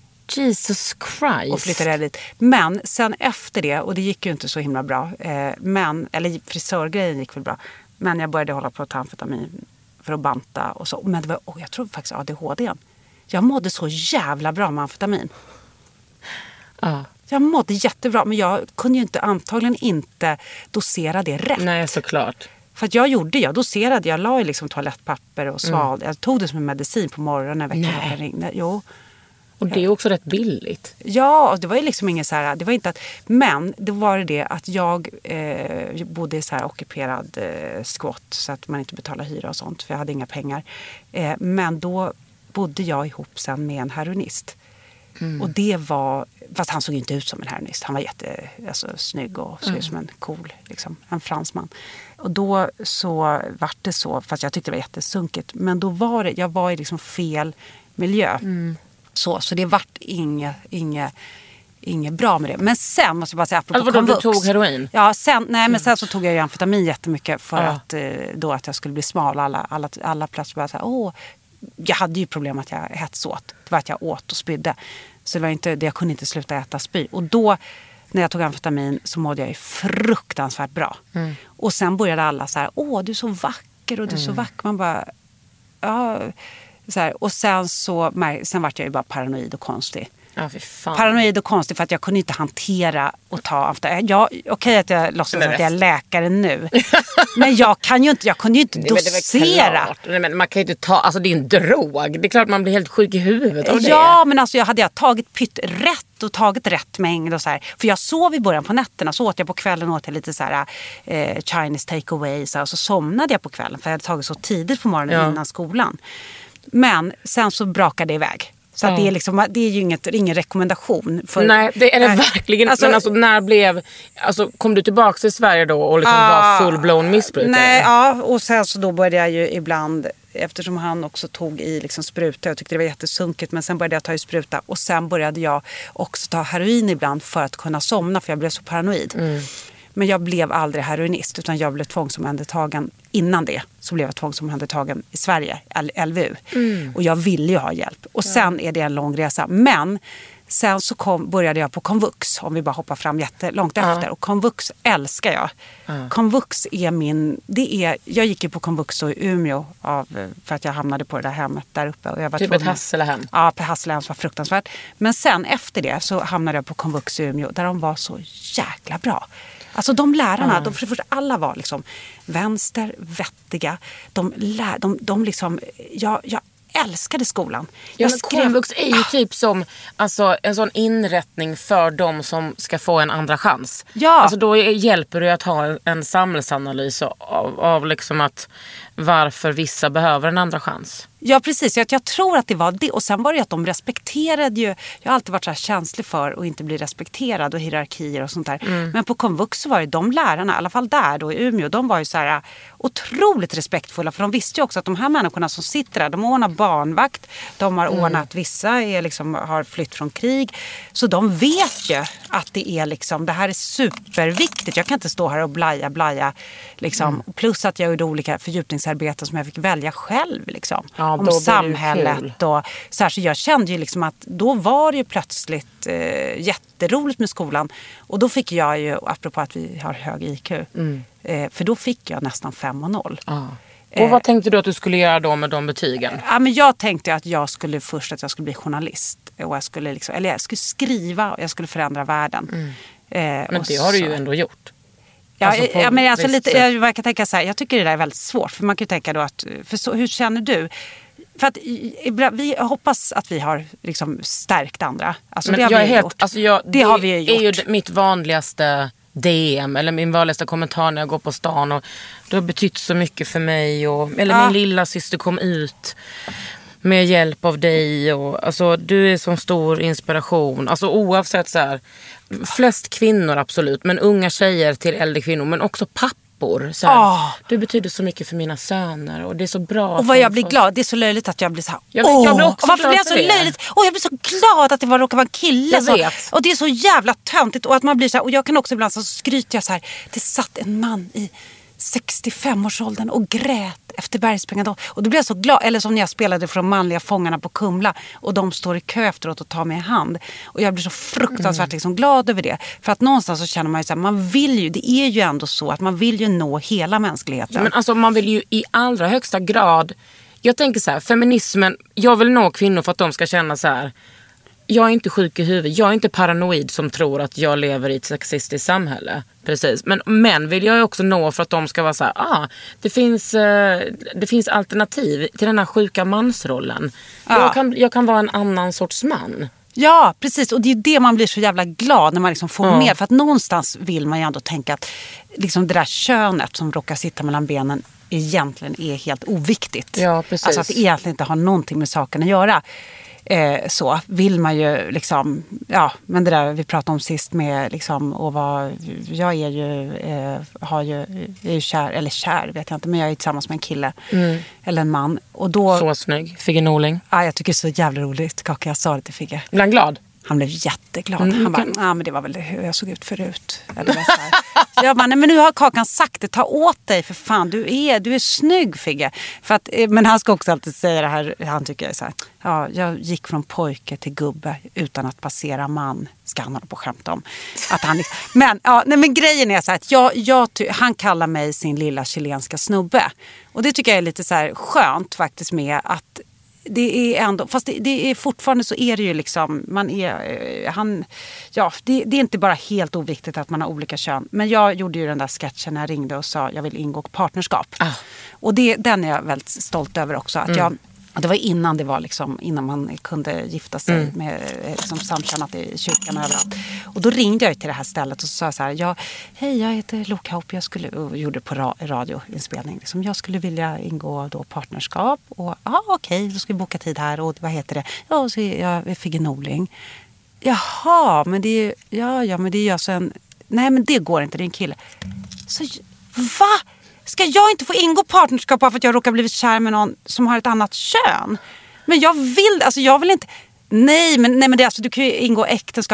Jesus Christ. Och flyttade dit. Men sen efter det, och det gick ju inte så himla bra. Eh, men, eller frisörgrejen gick väl bra. Men jag började hålla på att ta amfetamin för att banta och så. Men det var, oh, jag tror faktiskt A D H D. Jag mådde så jävla bra med amfetamin. Ja. Jag mådde jättebra, men jag kunde ju inte, antagligen inte dosera det rätt. Nej, såklart. För att jag gjorde, jag doserade, jag la i liksom toalettpapper och sval. Mm. Jag tog det som en medicin på morgonen när veckan ringde. Jo. Och det är också rätt billigt. Ja, det var ju liksom inget så här, det var inte att, men det var det att jag eh, bodde i så här ockuperad eh, squat så att man inte betalar hyra och sånt, för jag hade inga pengar. Eh, men då bodde jag ihop sen med en heroinist. Mm. Och det var, fast han såg inte ut som en heroinist. Han var jätte, alltså, snygg och såg ut mm. som en cool, liksom, en fransman. Och då så var det så, fast jag tyckte det var jättesunkigt. Men då var det, jag var i liksom fel miljö. Mm. Så, så det vart inget, inget, inget bra med det. Men sen måste jag bara säga, apropå alltså, komvux. Du tog heroin? Ja, sen, nej, men mm. sen så tog jag ju amfetamin jättemycket för ja. att, då att jag skulle bli smal. Alla, alla, alla plötsligt bara så här, åh. Jag hade ju problem att jag hetsåt. Det var att jag åt och spydde. Så det var inte, jag kunde inte sluta äta spy. Och då, när jag tog amfetamin, så mådde jag ju fruktansvärt bra. Mm. Och sen började alla så här, åh, du är så vacker och du är så mm. vacker. Man bara, ja, så här. Och sen så, sen var jag ju bara paranoid och konstig. Ja, fy fan. Paranoid och konstig för att jag kunde inte hantera och ta amfetamin. Ja, okej okay att jag låtsas att jag är läkare nu. Men jag kan ju inte, jag kunde ju inte Nej, dosera. Nej, men man kan ju inte ta, alltså det är en drog. Det är klart man blir helt sjuk i huvudet av det. Ja, men alltså jag hade jag tagit pytt rätt och tagit rätt mängd och så här. För jag sov i början på nätterna, så åt jag på kvällen åt jag lite så här eh, Chinese takeaway så här, och så somnade jag på kvällen för jag hade tagit så tidigt på morgonen ja. innan skolan. Men sen så brakade det iväg. Så att det, är liksom, det är ju inget, ingen rekommendation. För, nej, det är det äh, verkligen. Alltså, men alltså, när blev, alltså, kom du tillbaka till Sverige då och liksom uh, var full-blown missbrukare? Nej, ja, och sen så då började jag ju ibland, eftersom han också tog i liksom spruta, jag tyckte det var jättesunkigt, men sen började jag ta i spruta och sen började jag också ta heroin ibland för att kunna somna, för jag blev så paranoid. Mm. Men jag blev aldrig heroinist utan jag blev tvångsomhändertagen. Innan det så blev jag tvångsomhändertagen i Sverige, L V U. Mm. Och jag ville ju ha hjälp. Och sen är det en lång resa. Men sen så kom, började jag på komvux, om vi bara hoppar fram jättelångt efter. Ja. Och komvux älskar jag. Ja. Komvux är min, det är, jag gick ju på komvux i Umeå av, för att jag hamnade på det där hemmet där uppe. Och jag var typ tvungen, ett Hasselahem. Ja, på Hasselahem var fruktansvärt. Men sen efter det så hamnade jag på komvux i Umeå där de var så jäkla bra. Alltså de lärarna, mm. de, för först, alla var liksom vänster, vettiga. De, lär, de, de liksom, jag, jag älskade skolan. Jag ja, skrev... Komvux är ju typ som alltså, en sån inrättning för de som ska få en andra chans. Ja. Alltså då hjälper det att ha en samhällsanalys av, av liksom att varför vissa behöver en andra chans. Ja, precis. Jag, jag tror att det var det. Och sen var det att de respekterade ju... Jag har alltid varit så här känslig för att inte bli respekterad och hierarkier och sånt där. Mm. Men på komvux så var det de lärarna, i alla fall där då i Umeå, de var ju så här otroligt respektfulla. För de visste ju också att de här människorna som sitter där, de ordnar barnvakt. De har mm. ordnat, vissa är liksom, har flytt från krig. Så de vet ju att det är liksom, det här är superviktigt. Jag kan inte stå här och blaja, blaja. Liksom. Mm. Plus att jag gjorde olika fördjupningsarbeten som jag fick välja själv liksom. Ja, om samhället och så här, så jag kände ju liksom att då var det ju plötsligt eh, jätteroligt med skolan och då fick jag ju, apropå att vi har hög I Q mm. eh, för då fick jag nästan fem och noll. Ah. Och eh, vad tänkte du att du skulle göra då med de betygen? Ja, men jag tänkte att jag skulle först att jag skulle bli journalist och jag skulle liksom, eller jag skulle skriva och jag skulle förändra världen. Mm. Eh, men det har du ju ändå gjort. Ja, alltså ja, men alltså lite, jag, jag kan tänka så här, jag tycker det där är väldigt svårt. För man kan ju tänka då att, för så, hur känner du? För att vi hoppas att vi har liksom stärkt andra. Alltså, men det har jag vi är helt, gjort. Alltså jag, det, det har vi gjort. är ju mitt vanligaste D M eller min vanligaste kommentar när jag går på stan. Och det har betytt så mycket för mig. Och, eller ja. Min lilla syster kom ut med hjälp av dig. Och, alltså, du är så stor inspiration. Alltså oavsett så här, flest kvinnor absolut, men unga tjejer till äldre kvinnor, men också pappor. Så här, oh. Du betyder så mycket för mina söner och det är så bra. Och vad jag blir folk. glad, det är så löjligt att jag blir så här. Jag, oh. jag blir också och varför glad blir jag så det? löjligt? Och jag blir så glad att det var råkar vara en kille. Jag vet. Så. Och det är så jävla töntigt och att man blir så här, och jag kan också ibland så skryter jag så här, det satt en man i sextiofem-årsåldern och grät efter bergspengarna. Och då blev jag så glad. Eller som när jag spelade för de manliga fångarna på Kumla och de står i kö efteråt och tar mig i hand. Och jag blir så fruktansvärt mm. liksom, glad över det. För att någonstans så känner man ju så här, man vill ju, det är ju ändå så att man vill ju nå hela mänskligheten. Men alltså man vill ju i allra högsta grad, jag tänker så här, feminismen, jag vill nå kvinnor för att de ska känna så här, jag är inte sjuk i huvudet. Jag är inte paranoid som tror att jag lever i ett sexistiskt samhälle. Precis. Men män vill jag också nå för att de ska vara så här, ah, det finns, eh, det finns alternativ till den här sjuka mansrollen. Ja. Jag, kan, jag kan vara en annan sorts man. Ja, precis. Och det är det man blir så jävla glad när man liksom får mm. med. För att någonstans vill man ju ändå tänka att liksom det där könet som råkar sitta mellan benen egentligen är helt oviktigt. Ja, precis. Alltså att det egentligen inte har någonting med saken att göra. Eh, så vill man ju liksom, ja, men det där vi pratade om sist med liksom, och vad, jag är ju, eh, har ju, är ju kär, eller kär vet jag inte, men jag är tillsammans med en kille mm. eller en man. Och då, så snygg, Figge Norling. Ja, jag tycker det är så jävla roligt, Kaka, jag sa det till Figge. Blir han glad? Han blev jätteglad. Mm, han bara, ja ah, men det var väl hur jag såg ut förut. Eller så här. Jag bara, nej men nu har Kakan sagt det, ta åt dig för fan, du är, du är snygg Figge. För att, men han ska också alltid säga det här, han tycker så här, ja, jag gick från pojke till gubbe utan att passera man, ska han hålla på och skämta om. Att han, men, ja, nej, men grejen är så här, att jag, jag, han kallar mig sin lilla chilenska snubbe. Och det tycker jag är lite så här skönt faktiskt med att det är ändå, fast det, det är fortfarande så är det ju liksom, man är, han, ja, det, det är inte bara helt oviktigt att man har olika kön. Men jag gjorde ju den där sketchen när jag ringde och sa jag vill ingå partnerskap. Ah. Och det, den är jag väldigt stolt över också. Att mm. jag, det var innan det var liksom, innan man kunde gifta sig mm. med liksom, samkönat i kyrkan och överallt. Och då ringde jag till det här stället och så sa jag så här, ja, hej jag heter Loka Hopp, jag skulle, och gjorde på ra, radioinspelning. Liksom, jag skulle vilja ingå då partnerskap och ja okej, okay, då ska vi boka tid här och vad heter det? Ja, så jag är Figge Norling. Jaha, men det är ja, ja, men det är ju alltså en, nej men det går inte, det är en kille. Så, va? Ska jag inte få ingå partnerskap bara för att jag råkar blivit kär med någon som har ett annat kön? Men jag vill, alltså jag vill inte, nej men, nej, men det, alltså, du kan ju ingå äktenskap.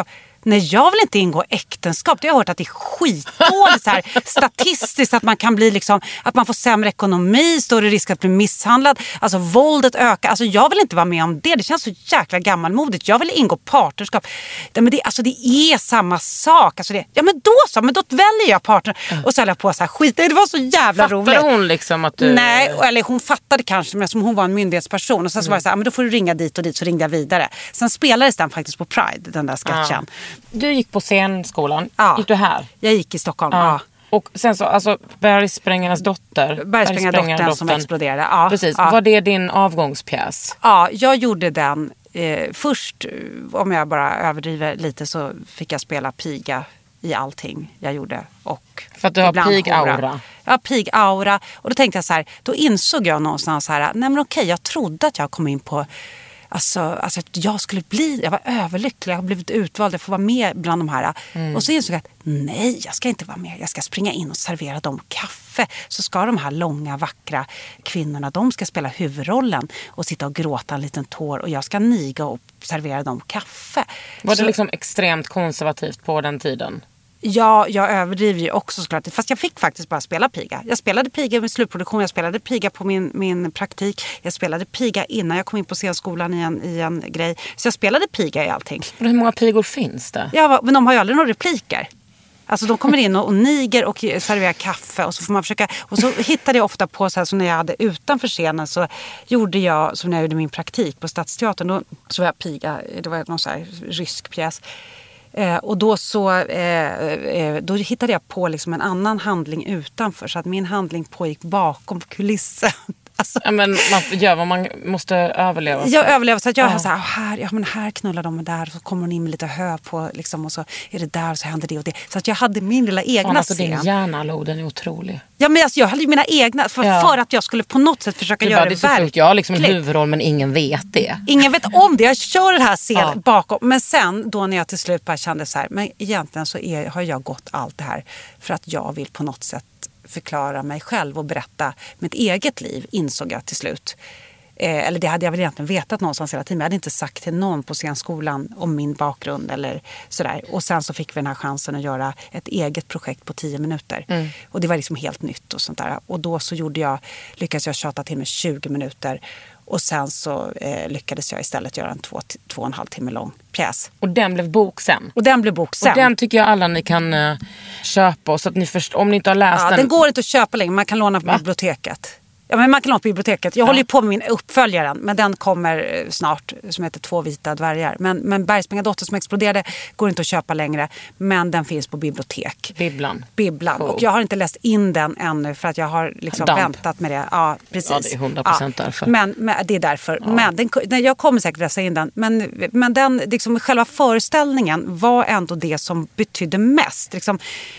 nej, jag vill inte ingå äktenskap. Jag har hört att det är skitdåligt så här, statistiskt, att man kan bli liksom, att man får sämre ekonomi, större risk att bli misshandlad, alltså våldet ökar. Alltså jag vill inte vara med om det. Det känns så jäkla gammalmodigt. Jag vill ingå partnerskap. Ja, men det, alltså det är samma sak. Alltså det, ja men då så, men då väljer jag partner. Mm. Och så höll jag på så här, skit, det var så jävla Fattade roligt. Fattade hon liksom att du... Nej, eller hon fattade kanske, men som hon var en myndighetsperson. Och sen så var det så här, men då får du ringa dit och dit, så ringde jag vidare. Sen spelades den faktiskt på Pride, den där sketchen. Ja. Du gick på scenskolan. Ja. Gick du här? Jag gick i Stockholm, ja. ja. Och sen så, alltså Bergsprängarnas dotter. Bergsprängardottern som exploderade. Ja. Precis. Ja. Var det din avgångspjäs? Ja, jag gjorde den. Eh, först, om jag bara överdriver lite, så fick jag spela piga i allting jag gjorde. Och för att du har pig-aura? Ja, pig-aura. Och då tänkte jag så här, då insåg jag någonstans så här, nej men okej, jag trodde att jag kom in på... Alltså, alltså att jag skulle bli, jag var överlycklig, jag har blivit utvald, jag får vara med bland de här. Mm. Och så insåg jag att nej, jag ska inte vara med. Jag ska springa in och servera dem kaffe. Så ska de här långa, vackra kvinnorna, de ska spela huvudrollen och sitta och gråta en liten tår. Och jag ska niga och servera dem kaffe. Var så, det liksom extremt konservativt på den tiden? Ja, jag överdriver ju också såklart. Fast jag fick faktiskt bara spela piga. Jag spelade piga med slutproduktion, jag spelade piga på min, min praktik. Jag spelade piga innan jag kom in på scenskolan i en, i en grej. Så jag spelade piga i allting. Men hur många pigor finns det? Ja, men de har ju aldrig några repliker. Alltså de kommer in och, och niger och serverar kaffe och så får man försöka, och så hittade jag ofta på så här, som när jag hade utanför scenen, så gjorde jag, som när jag gjorde min praktik på Stadsteatern, då så var jag piga, det var någon så här rysk pjäs. Eh, och då så eh, eh, då hittade jag på liksom en annan handling utanför, så att min handling pågick bakom kulissen. Alltså, ja, men man gör vad man måste överleva. Jag överlever, så att jag ja. har så här, här, ja, men här knullar de där, så kommer hon in med lite hö på liksom, och så är det där och så händer det och det. Så att jag hade min lilla egna Fan, alltså, scen. din hjärna, Lo, den är otrolig. Ja, men alltså, jag hade ju mina egna, för, ja. för att jag skulle på något sätt försöka det göra bara, det, det verkligt. Jag har liksom en huvudroll, men ingen vet det. Ingen vet om det, jag kör det här scen ja. bakom. Men sen då när jag till slut bara kände så här, men egentligen så är, har jag gått allt det här för att jag vill på något sätt förklara mig själv och berätta mitt eget liv, insåg jag till slut. Eh, eller det hade jag väl egentligen vetat någonstans hela tiden. Jag hade inte sagt till någon på scenskolan om min bakgrund eller sådär. Och sen så fick vi den här chansen att göra ett eget projekt på tio minuter. Mm. Och det var liksom helt nytt och sånt där. Och då så gjorde jag, lyckades jag tjata till med tjugo minuter. Och sen så eh, lyckades jag istället göra en två, två och en halv timme lång pjäs. Och den blev bok sen? Och den blev bok sen. Och den tycker jag alla ni kan uh, köpa. Så att ni först, om ni inte har läst ja, den... den går inte att köpa längre, man kan låna på Va? biblioteket. Ja, men man kan låna på biblioteket. Jag ja. håller ju på med min uppföljaren, men den kommer snart, som heter Två vita dvärgar. Men, men Bergsprängardotter som exploderade går inte att köpa längre, men den finns på bibliotek. Bibblan. Bibblan. Cool. Och jag har inte läst in den ännu för att jag har liksom väntat med det. Ja, precis. Ja, det är hundra procent ja. därför. Men, men det är därför. Ja. Men den, jag kommer säkert läsa in den. Men, men den, liksom, själva föreställningen var ändå det som betydde mest. Liksom,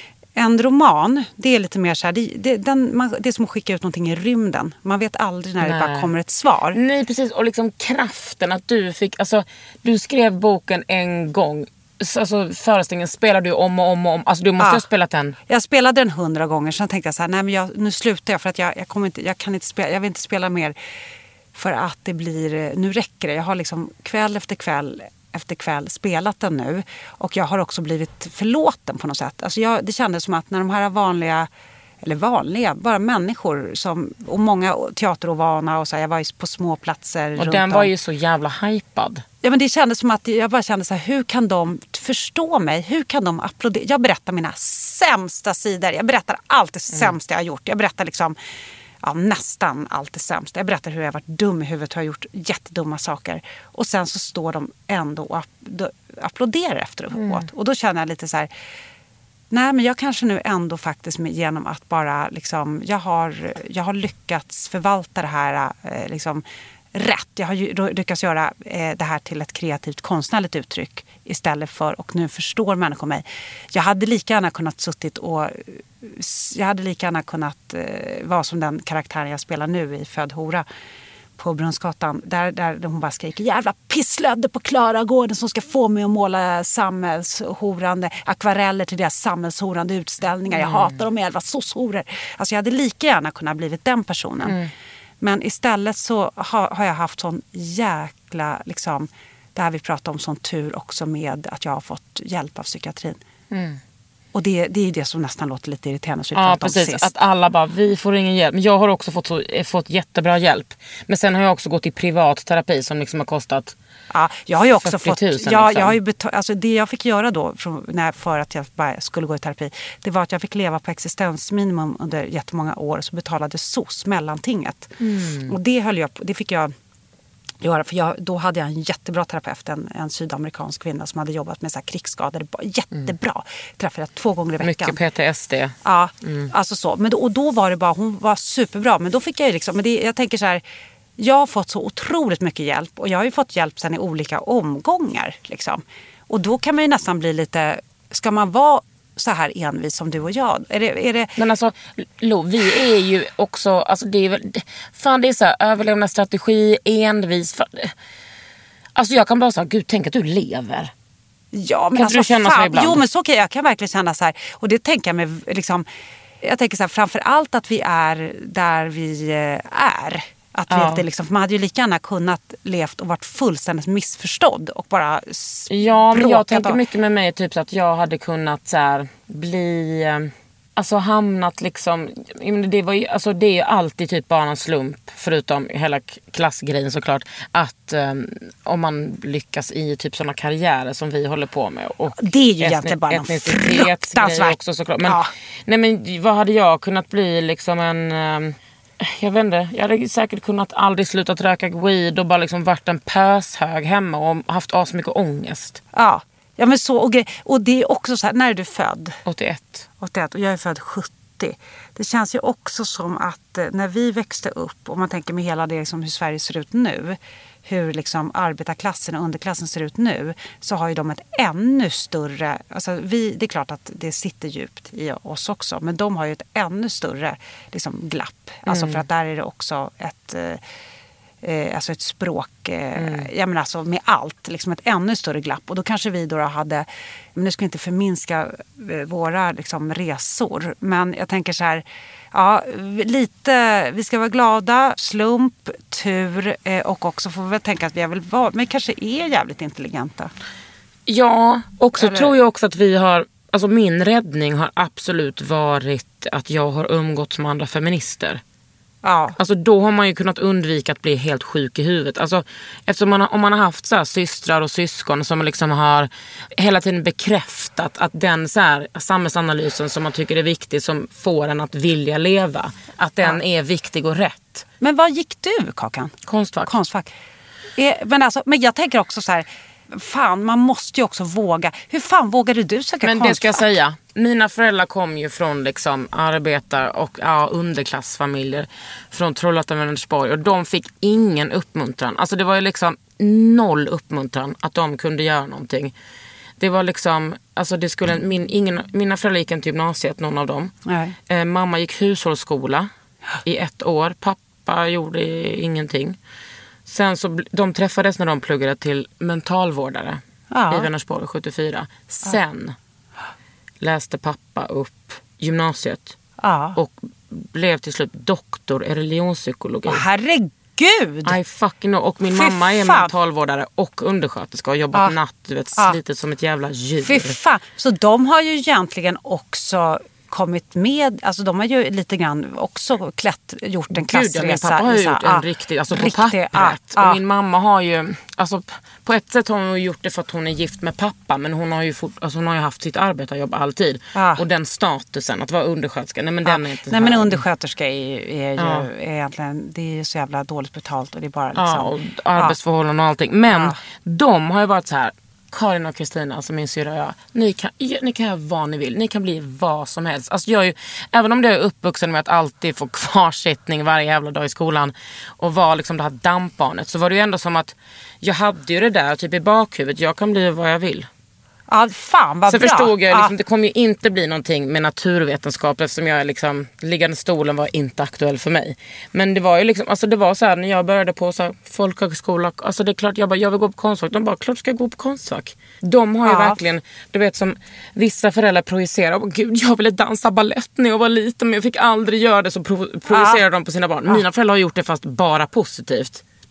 en roman, det är lite mer så här, det, det, den, man, det är som att skicka ut någonting i rymden. Man vet aldrig när Nej. det bara kommer ett svar. Nej, precis. Och liksom kraften att du fick, alltså du skrev boken en gång. Alltså föreställningen spelade du om och om och om. Alltså du måste ja. ha spelat den. Jag spelade den hundra gånger, sen tänkte jag så här, nej men jag, nu slutar jag för att jag, jag kommer inte, jag kan inte spela, jag vill inte spela mer för att det blir, nu räcker det. Jag har liksom kväll efter kväll efter kväll spelat den nu. Och jag har också blivit förlåten på något sätt. Alltså jag, det kändes som att när de här vanliga, eller vanliga, bara människor som, och många teaterovana och så här, jag var på små platser och runt den var om. ju så jävla hypad. Ja, men det kändes som att jag bara kände så här, hur kan de förstå mig? Hur kan de applådera? Jag berättar mina sämsta sidor. Jag berättar allt det mm. sämsta jag har gjort. Jag berättar liksom ja, nästan allt det sämsta. Jag berättar hur jag har varit dum i huvudet och har gjort jättedumma saker. Och sen så står de ändå och applåderar efteråt. Mm. Och då känner jag lite så här, nej men jag kanske nu ändå faktiskt genom att bara liksom, jag har, jag har lyckats förvalta det här eh, liksom rätt. Jag har ju lyckats göra eh, det här till ett kreativt konstnärligt uttryck istället för, och nu förstår människor mig. Jag hade lika gärna kunnat suttit och jag hade lika gärna kunnat eh, vara som den karaktären jag spelar nu i Född hora på Brunnsgatan. Där, där hon bara skriker, jävla pisslödde på Klaragården som ska få mig att måla samhällshorande akvareller till deras samhällshorande utställningar. Jag mm. hatar dem, jävla sosshoror. Alltså jag hade lika gärna kunnat blivit den personen. Mm. Men istället så har, har jag haft sån jäkla liksom det här vi pratar om som tur också med att jag har fått hjälp av psykiatrin. Mm. Och det, det är det som nästan låter lite irriterande. Så ja, precis. Att alla bara, vi får ingen hjälp. Men jag har också fått, så, fått jättebra hjälp. Men sen har jag också gått i privat terapi som liksom har kostat ja, jag har ju också fått, tusen, ja, liksom. jag har ju betal, alltså det jag fick göra då från, när, för att jag bara skulle gå i terapi, det var att jag fick leva på existensminimum under jättemånga år, så betalade S O S, mellantinget. Mm. Och det höll jag på, det fick jag göra, för jag, då hade jag en jättebra terapeut, en, en sydamerikansk kvinna som hade jobbat med så här krigsskadade, jättebra. Mm. Träffade jag två gånger i veckan. Mycket P T S D. Ja, mm. alltså så. Men då, och då var det bara, hon var superbra, men då fick jag ju liksom, men det, jag tänker så här, jag har fått så otroligt mycket hjälp, och jag har ju fått hjälp sen i olika omgångar liksom. Och då kan man ju nästan bli lite, ska man vara så här envis som du och jag? Är det, är det... Men alltså, Lo, vi är ju också, alltså det är väl, fan det är så här, överlevnadsstrategi, envis. Fan, alltså jag kan bara säga, gud, tänk att du lever. Ja, men kan alltså, du känna fan, så ibland? Jo, men så kan jag, jag kan verkligen känna så här, och det tänker jag med liksom, jag tänker så här, framför allt att vi är där vi är. Att vi ja. inte liksom, för man hade ju lika gärna kunnat levt och varit fullständigt missförstådd och bara ja, men jag tänker och... mycket med mig typ så att jag hade kunnat så här, bli, alltså hamnat liksom, det var ju, alltså det är ju alltid typ bara en slump, förutom hela klassgrejen såklart, att um, om man lyckas i typ sådana karriärer som vi håller på med, och det är ju egentligen bara någon fruktansvärt också såklart, men, ja. nej men vad hade jag kunnat bli liksom en um, jag vet inte, jag hade säkert kunnat aldrig slutat röka weed och bara liksom varit en pöshög hemma och haft as mycket ångest. Ja, ja men så, och, och det är också så här, när är du född? åttioett. åttioett, och jag är född sjuttio. Det känns ju också som att när vi växte upp, och man tänker med hela det liksom hur Sverige ser ut nu, hur liksom arbetarklassen och underklassen ser ut nu, så har ju de ett ännu större, alltså vi, det är klart att det sitter djupt i oss också, men de har ju ett ännu större liksom glapp, alltså mm. för att där är det också ett eh, alltså ett språk, eh, mm. jag menar alltså med allt, liksom ett ännu större glapp, och då kanske vi då hade, men nu ska inte förminska våra liksom resor, men jag tänker så här, ja, lite, vi ska vara glada, slump, tur, eh, och också får vi väl tänka att vi är väl, men kanske är jävligt intelligenta. Ja, och så Eller... tror jag också att vi har, alltså min räddning har absolut varit att jag har umgått med andra feminister. Ja. Alltså då har man ju kunnat undvika att bli helt sjuk i huvudet. Alltså eftersom man har, om man har haft så här systrar och syskon som liksom har hela tiden bekräftat att den så här samhällsanalysen som man tycker är viktig, som får en att vilja leva, att den ja. är viktig och rätt. Men vad gick du, Kakan? Konstfack. Konstfack. Eh, men, alltså, men jag tänker också så här, fan, man måste ju också våga. Hur fan vågade du söka Men konstfack? det ska jag säga. Mina föräldrar kom ju från liksom arbetar- och ja, underklassfamiljer från Trollhättan och Vänersborg, och de fick ingen uppmuntran. Alltså det var ju liksom noll uppmuntran att de kunde göra någonting. Det var liksom, alltså det skulle, min, ingen, mina föräldrar gick inte gymnasiet, någon av dem. Nej. Eh, mamma gick hushållsskola i ett år. Pappa gjorde ingenting. Sen så, de träffades när de pluggade till mentalvårdare ja. i Vänersborg sjuttiofyra. Sen ja. läste pappa upp gymnasiet ja. och blev till slut doktor i religionspsykologi. Åh, herregud! I fucking know. Och min Fy mamma är fan. mentalvårdare och undersköterska och jobbat ja. natt, du vet, slitit ja. som ett jävla djur. Fy fan. Så de har ju egentligen också kommit med, alltså de har ju lite grann också klätt, gjort en klassresa. Gud, ja, min pappa har ju gjort en riktig, alltså på riktig, pappret. Ah, och ah. min mamma har ju, alltså på ett sätt har hon gjort det för att hon är gift med pappa, men hon har ju, fort, alltså hon har ju haft sitt arbetarjobb alltid. Ah. Och den statusen, att vara undersköterska, nej men ah. den är inte. Nej men undersköterska är, är ju ah. är egentligen, det är ju så jävla dåligt betalt och det är bara liksom. Ja, och arbetsförhållanden och allting. Men ah. de har ju varit så här, Karin och Kristina, alltså min syrra och jag, ni kan, ni kan göra vad ni vill. Ni kan bli vad som helst. Alltså jag är ju, även om jag är uppvuxen med att alltid få kvarsittning varje jävla dag i skolan och var liksom det här dampbarnet, så var det ju ändå som att jag hade ju det där typ i bakhuvudet. Jag kan bli vad jag vill. Ja, fan vad Sen bra. förstod jag liksom, ja. det kommer ju inte bli någonting med naturvetenskap, eftersom jag liksom, liggande stolen var inte aktuell för mig. Men det var ju liksom, alltså det var så här när jag började på så här, folkhögskola, alltså det är klart jag bara, jag vill gå på konstfack. De bara, klart ska jag gå på konstfack. De har ju ja. verkligen, du vet som vissa föräldrar projicerar, oh, gud jag ville dansa ballett när jag var liten men jag fick aldrig göra det, så pro- projicerar ja. de på sina barn. Ja. Mina föräldrar har gjort det fast bara positivt.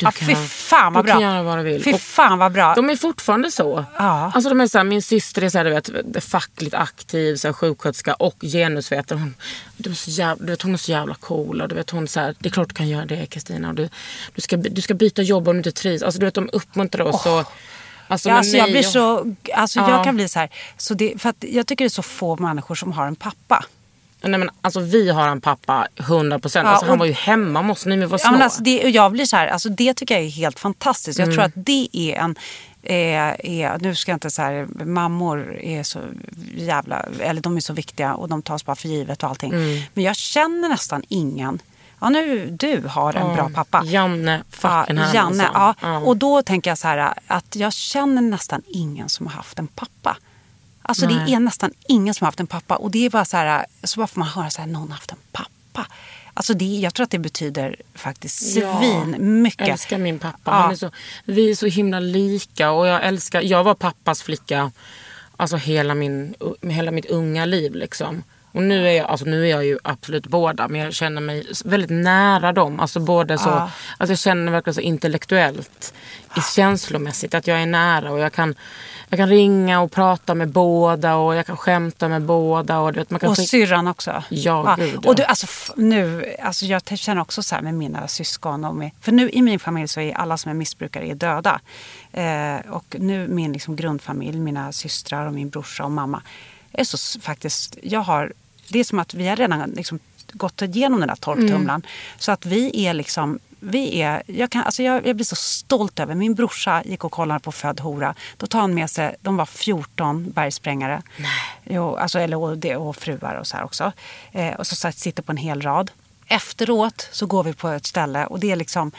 Du ja, kan, fy fan vad du bra. kan göra vad du vill. Fy Och fan vad bra. de är fortfarande så. Ja. Alltså de är så här, min syster är så här, du vet, fackligt aktiv, så här, sjuksköterska och genusvetare. Hon, du är så jävla, du vet, hon är så jävla cool. Och du vet, hon så här, det är klart du kan göra det, Kristina. Du, du, ska, du ska byta jobb om du inte trivs. Alltså du vet, de uppmuntrar oss. Oh. Och, alltså, ja, alltså, jag blir och, så, alltså ja. jag kan bli så här. Så det, för att jag tycker det är så få människor som har en pappa. Nej, men alltså vi har en pappa hundra procent. Ja, alltså, han och, var ju hemma, måste ni vara små. Ja, men alltså, det, jag blir så här, alltså, det tycker jag är helt fantastiskt. Jag mm. tror att det är en... Är, är, nu ska jag inte så här, mammor är så jävla... Eller de är så viktiga och de tas bara för givet och allting. Mm. Men jag känner nästan ingen... Ja, nu du har en oh, bra pappa. Janne fucking ja, Janne, ja. Oh. Och då tänker jag så här att jag känner nästan ingen som har haft en pappa. Alltså Nej. det är nästan ingen som har haft en pappa. Och det är bara så här, så bara får man höra så här, någon har haft en pappa. Alltså det, jag tror att det betyder faktiskt svin mycket. Jag älskar min pappa. Ja. Han är så, vi är så himla lika. Och jag älskar, jag var pappas flicka. Alltså hela, min, hela mitt unga liv liksom. Och nu är, jag, alltså nu är jag ju absolut båda. Men jag känner mig väldigt nära dem. Alltså både så, ja. alltså jag känner mig verkligen så intellektuellt. I känslomässigt att jag är nära. Och jag kan... Jag kan ringa och prata med båda och jag kan skämta med båda. Och, du vet, man kan och skicka... syrran också. Ja, ja. Gud, ja. Och du, alltså, f- nu, alltså jag känner också så här med mina syskon. Och med, för nu i min familj så är alla som är missbrukare är döda. Eh, och nu min liksom, grundfamilj, mina systrar och min brorsa och mamma. Är så faktiskt, jag har, det är som att vi har redan liksom, gått igenom den där torktumlan. Mm. Så att vi är liksom... Vi är, jag, kan, alltså jag, jag blir så stolt över. Min brorsa gick och kollade på Född hora. Då tar han med sig, de var fjorton bergsprängare. Nej. Jo, alltså, eller, och, det, och fruar och så här också. Eh, och så, så sitter på en hel rad. Efteråt så går vi på ett ställe och det är liksom,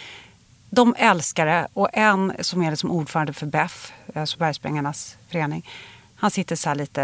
de älskar det. Och en som är liksom ordförande för B E F, alltså bergsprängarnas förening. Han sitter så här lite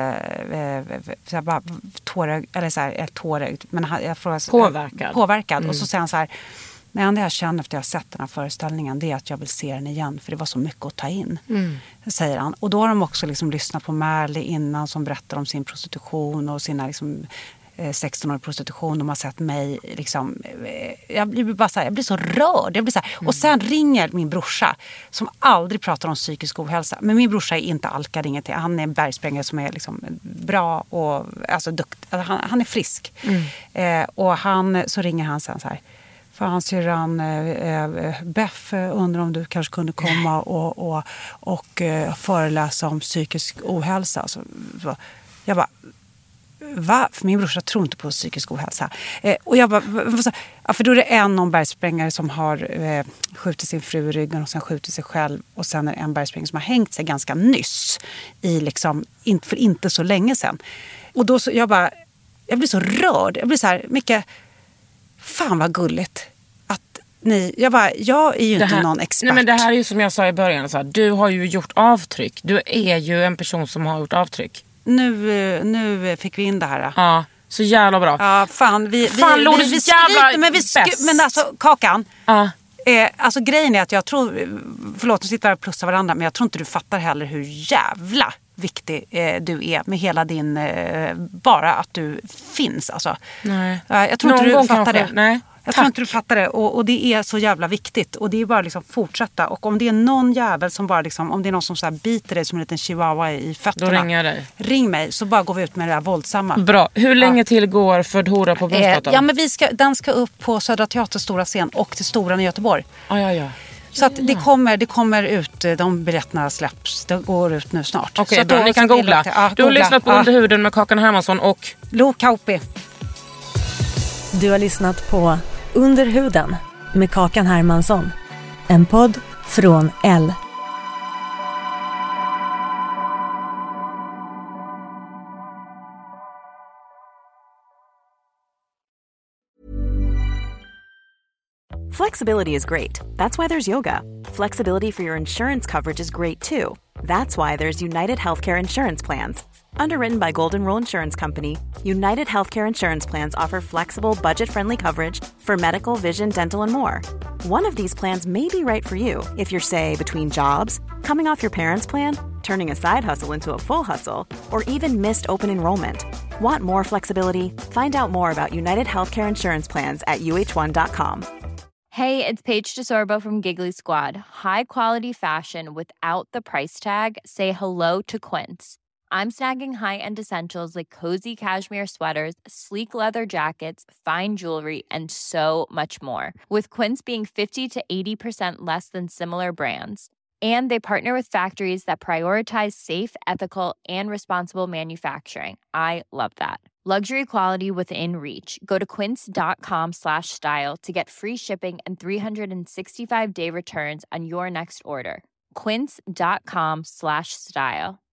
eh, så här bara tårögd, eller så här tårögd. Men han, jag frågar, påverkad. Påverkad. Mm. Och så säger han så här, det enda jag känner efter att jag har sett den här föreställningen, det är att jag vill se den igen. För det var så mycket att ta in, mm. säger han. Och då har de också liksom lyssnat på Märli innan som berättar om sin prostitution och sina liksom, sexton-årig prostitution. De har sett mig liksom, jag blir bara så här, jag blir så rörd. Jag blir så här. Mm. Och sen ringer min brorsa som aldrig pratar om psykisk ohälsa. Men min brorsa är inte alkad, ingenting. Han är en bergsprängare som är liksom bra och alltså dukt, alltså han, han är frisk. Mm. Eh, och han, så ringer han sen så här. Fan syrran, eh, Beff undrar om du kanske kunde komma och, och, och eh, föreläsa om psykisk ohälsa. Så, så, jag bara, va? För min brorsa tror inte på psykisk ohälsa. Eh, och jag bara, så, ja, för då är det en någon bergsprängare som har eh, skjutit sin fru i ryggen och sen skjutit sig själv. Och sen är det en bergsprängare som har hängt sig ganska nyss. I liksom, in, för inte så länge sedan. Och då så, jag bara, jag blir så rörd. Jag blir så här, mycket... Fan vad gulligt att ni, jag bara, jag är ju inte här, någon expert. Nej, men det här är ju som jag sa i början, så här, du har ju gjort avtryck. Du är ju en person som har gjort avtryck. Nu, nu fick vi in det här. Ja, så jävla bra. Ja, fan, vi, fan, vi, vi, vi, vi skryter, men vi skryter, men alltså, Kakan. Ja. Eh, alltså grejen är att jag tror, förlåt, nu sitter vi och plussar varandra, men jag tror inte du fattar heller hur jävla viktig eh, du är med hela din, eh, bara att du finns alltså. Nej. Eh, jag tror Någon inte du fattar kanske. det. Nej. Jag tror inte du fattar det. Och, och det är så jävla viktigt. Och det är bara liksom fortsätta. Och om det är någon jävel som bara liksom, om det är någon som så här biter dig som en liten chihuahua i fötterna. Då ringer jag dig. Ring mig så bara går vi ut med det där våldsamma. Bra. Hur länge ja. till går Född hora på Brunnsgatan? Eh, ja men vi ska, den ska upp på Södra Teaters stora scen och till Storan i Göteborg. Ja, ja, ja. Så att det kommer, det kommer ut, de biljetterna släpps, det går ut nu snart. Okej, okay, bra. Ni kan googla. Ja, du har googla. lyssnat på ja. Under huden med Kakan Hermansson och Lo Kauppi. Du har lyssnat på Under huden med Kakan Hermansson. En podd från L. Flexibility is great. That's why there's yoga. Flexibility for your insurance coverage is great too. That's why there's United Healthcare Insurance Plans. Underwritten by Golden Rule Insurance Company, United Healthcare Insurance Plans offer flexible, budget-friendly coverage for medical, vision, dental, and more. One of these plans may be right for you if you're, say, between jobs, coming off your parents' plan, turning a side hustle into a full hustle, or even missed open enrollment. Want more flexibility? Find out more about United Healthcare Insurance Plans at U H one dot com. Hey, it's Paige DeSorbo from Giggly Squad. High quality fashion without the price tag. Say hello to Quince. I'm snagging high-end essentials like cozy cashmere sweaters, sleek leather jackets, fine jewelry, and so much more. With Quince being fifty to eighty percent less than similar brands. And they partner with factories that prioritize safe, ethical, and responsible manufacturing. I love that. Luxury quality within reach. Go to quince.com slash style to get free shipping and three sixty-five day returns on your next order. Quince.com slash style.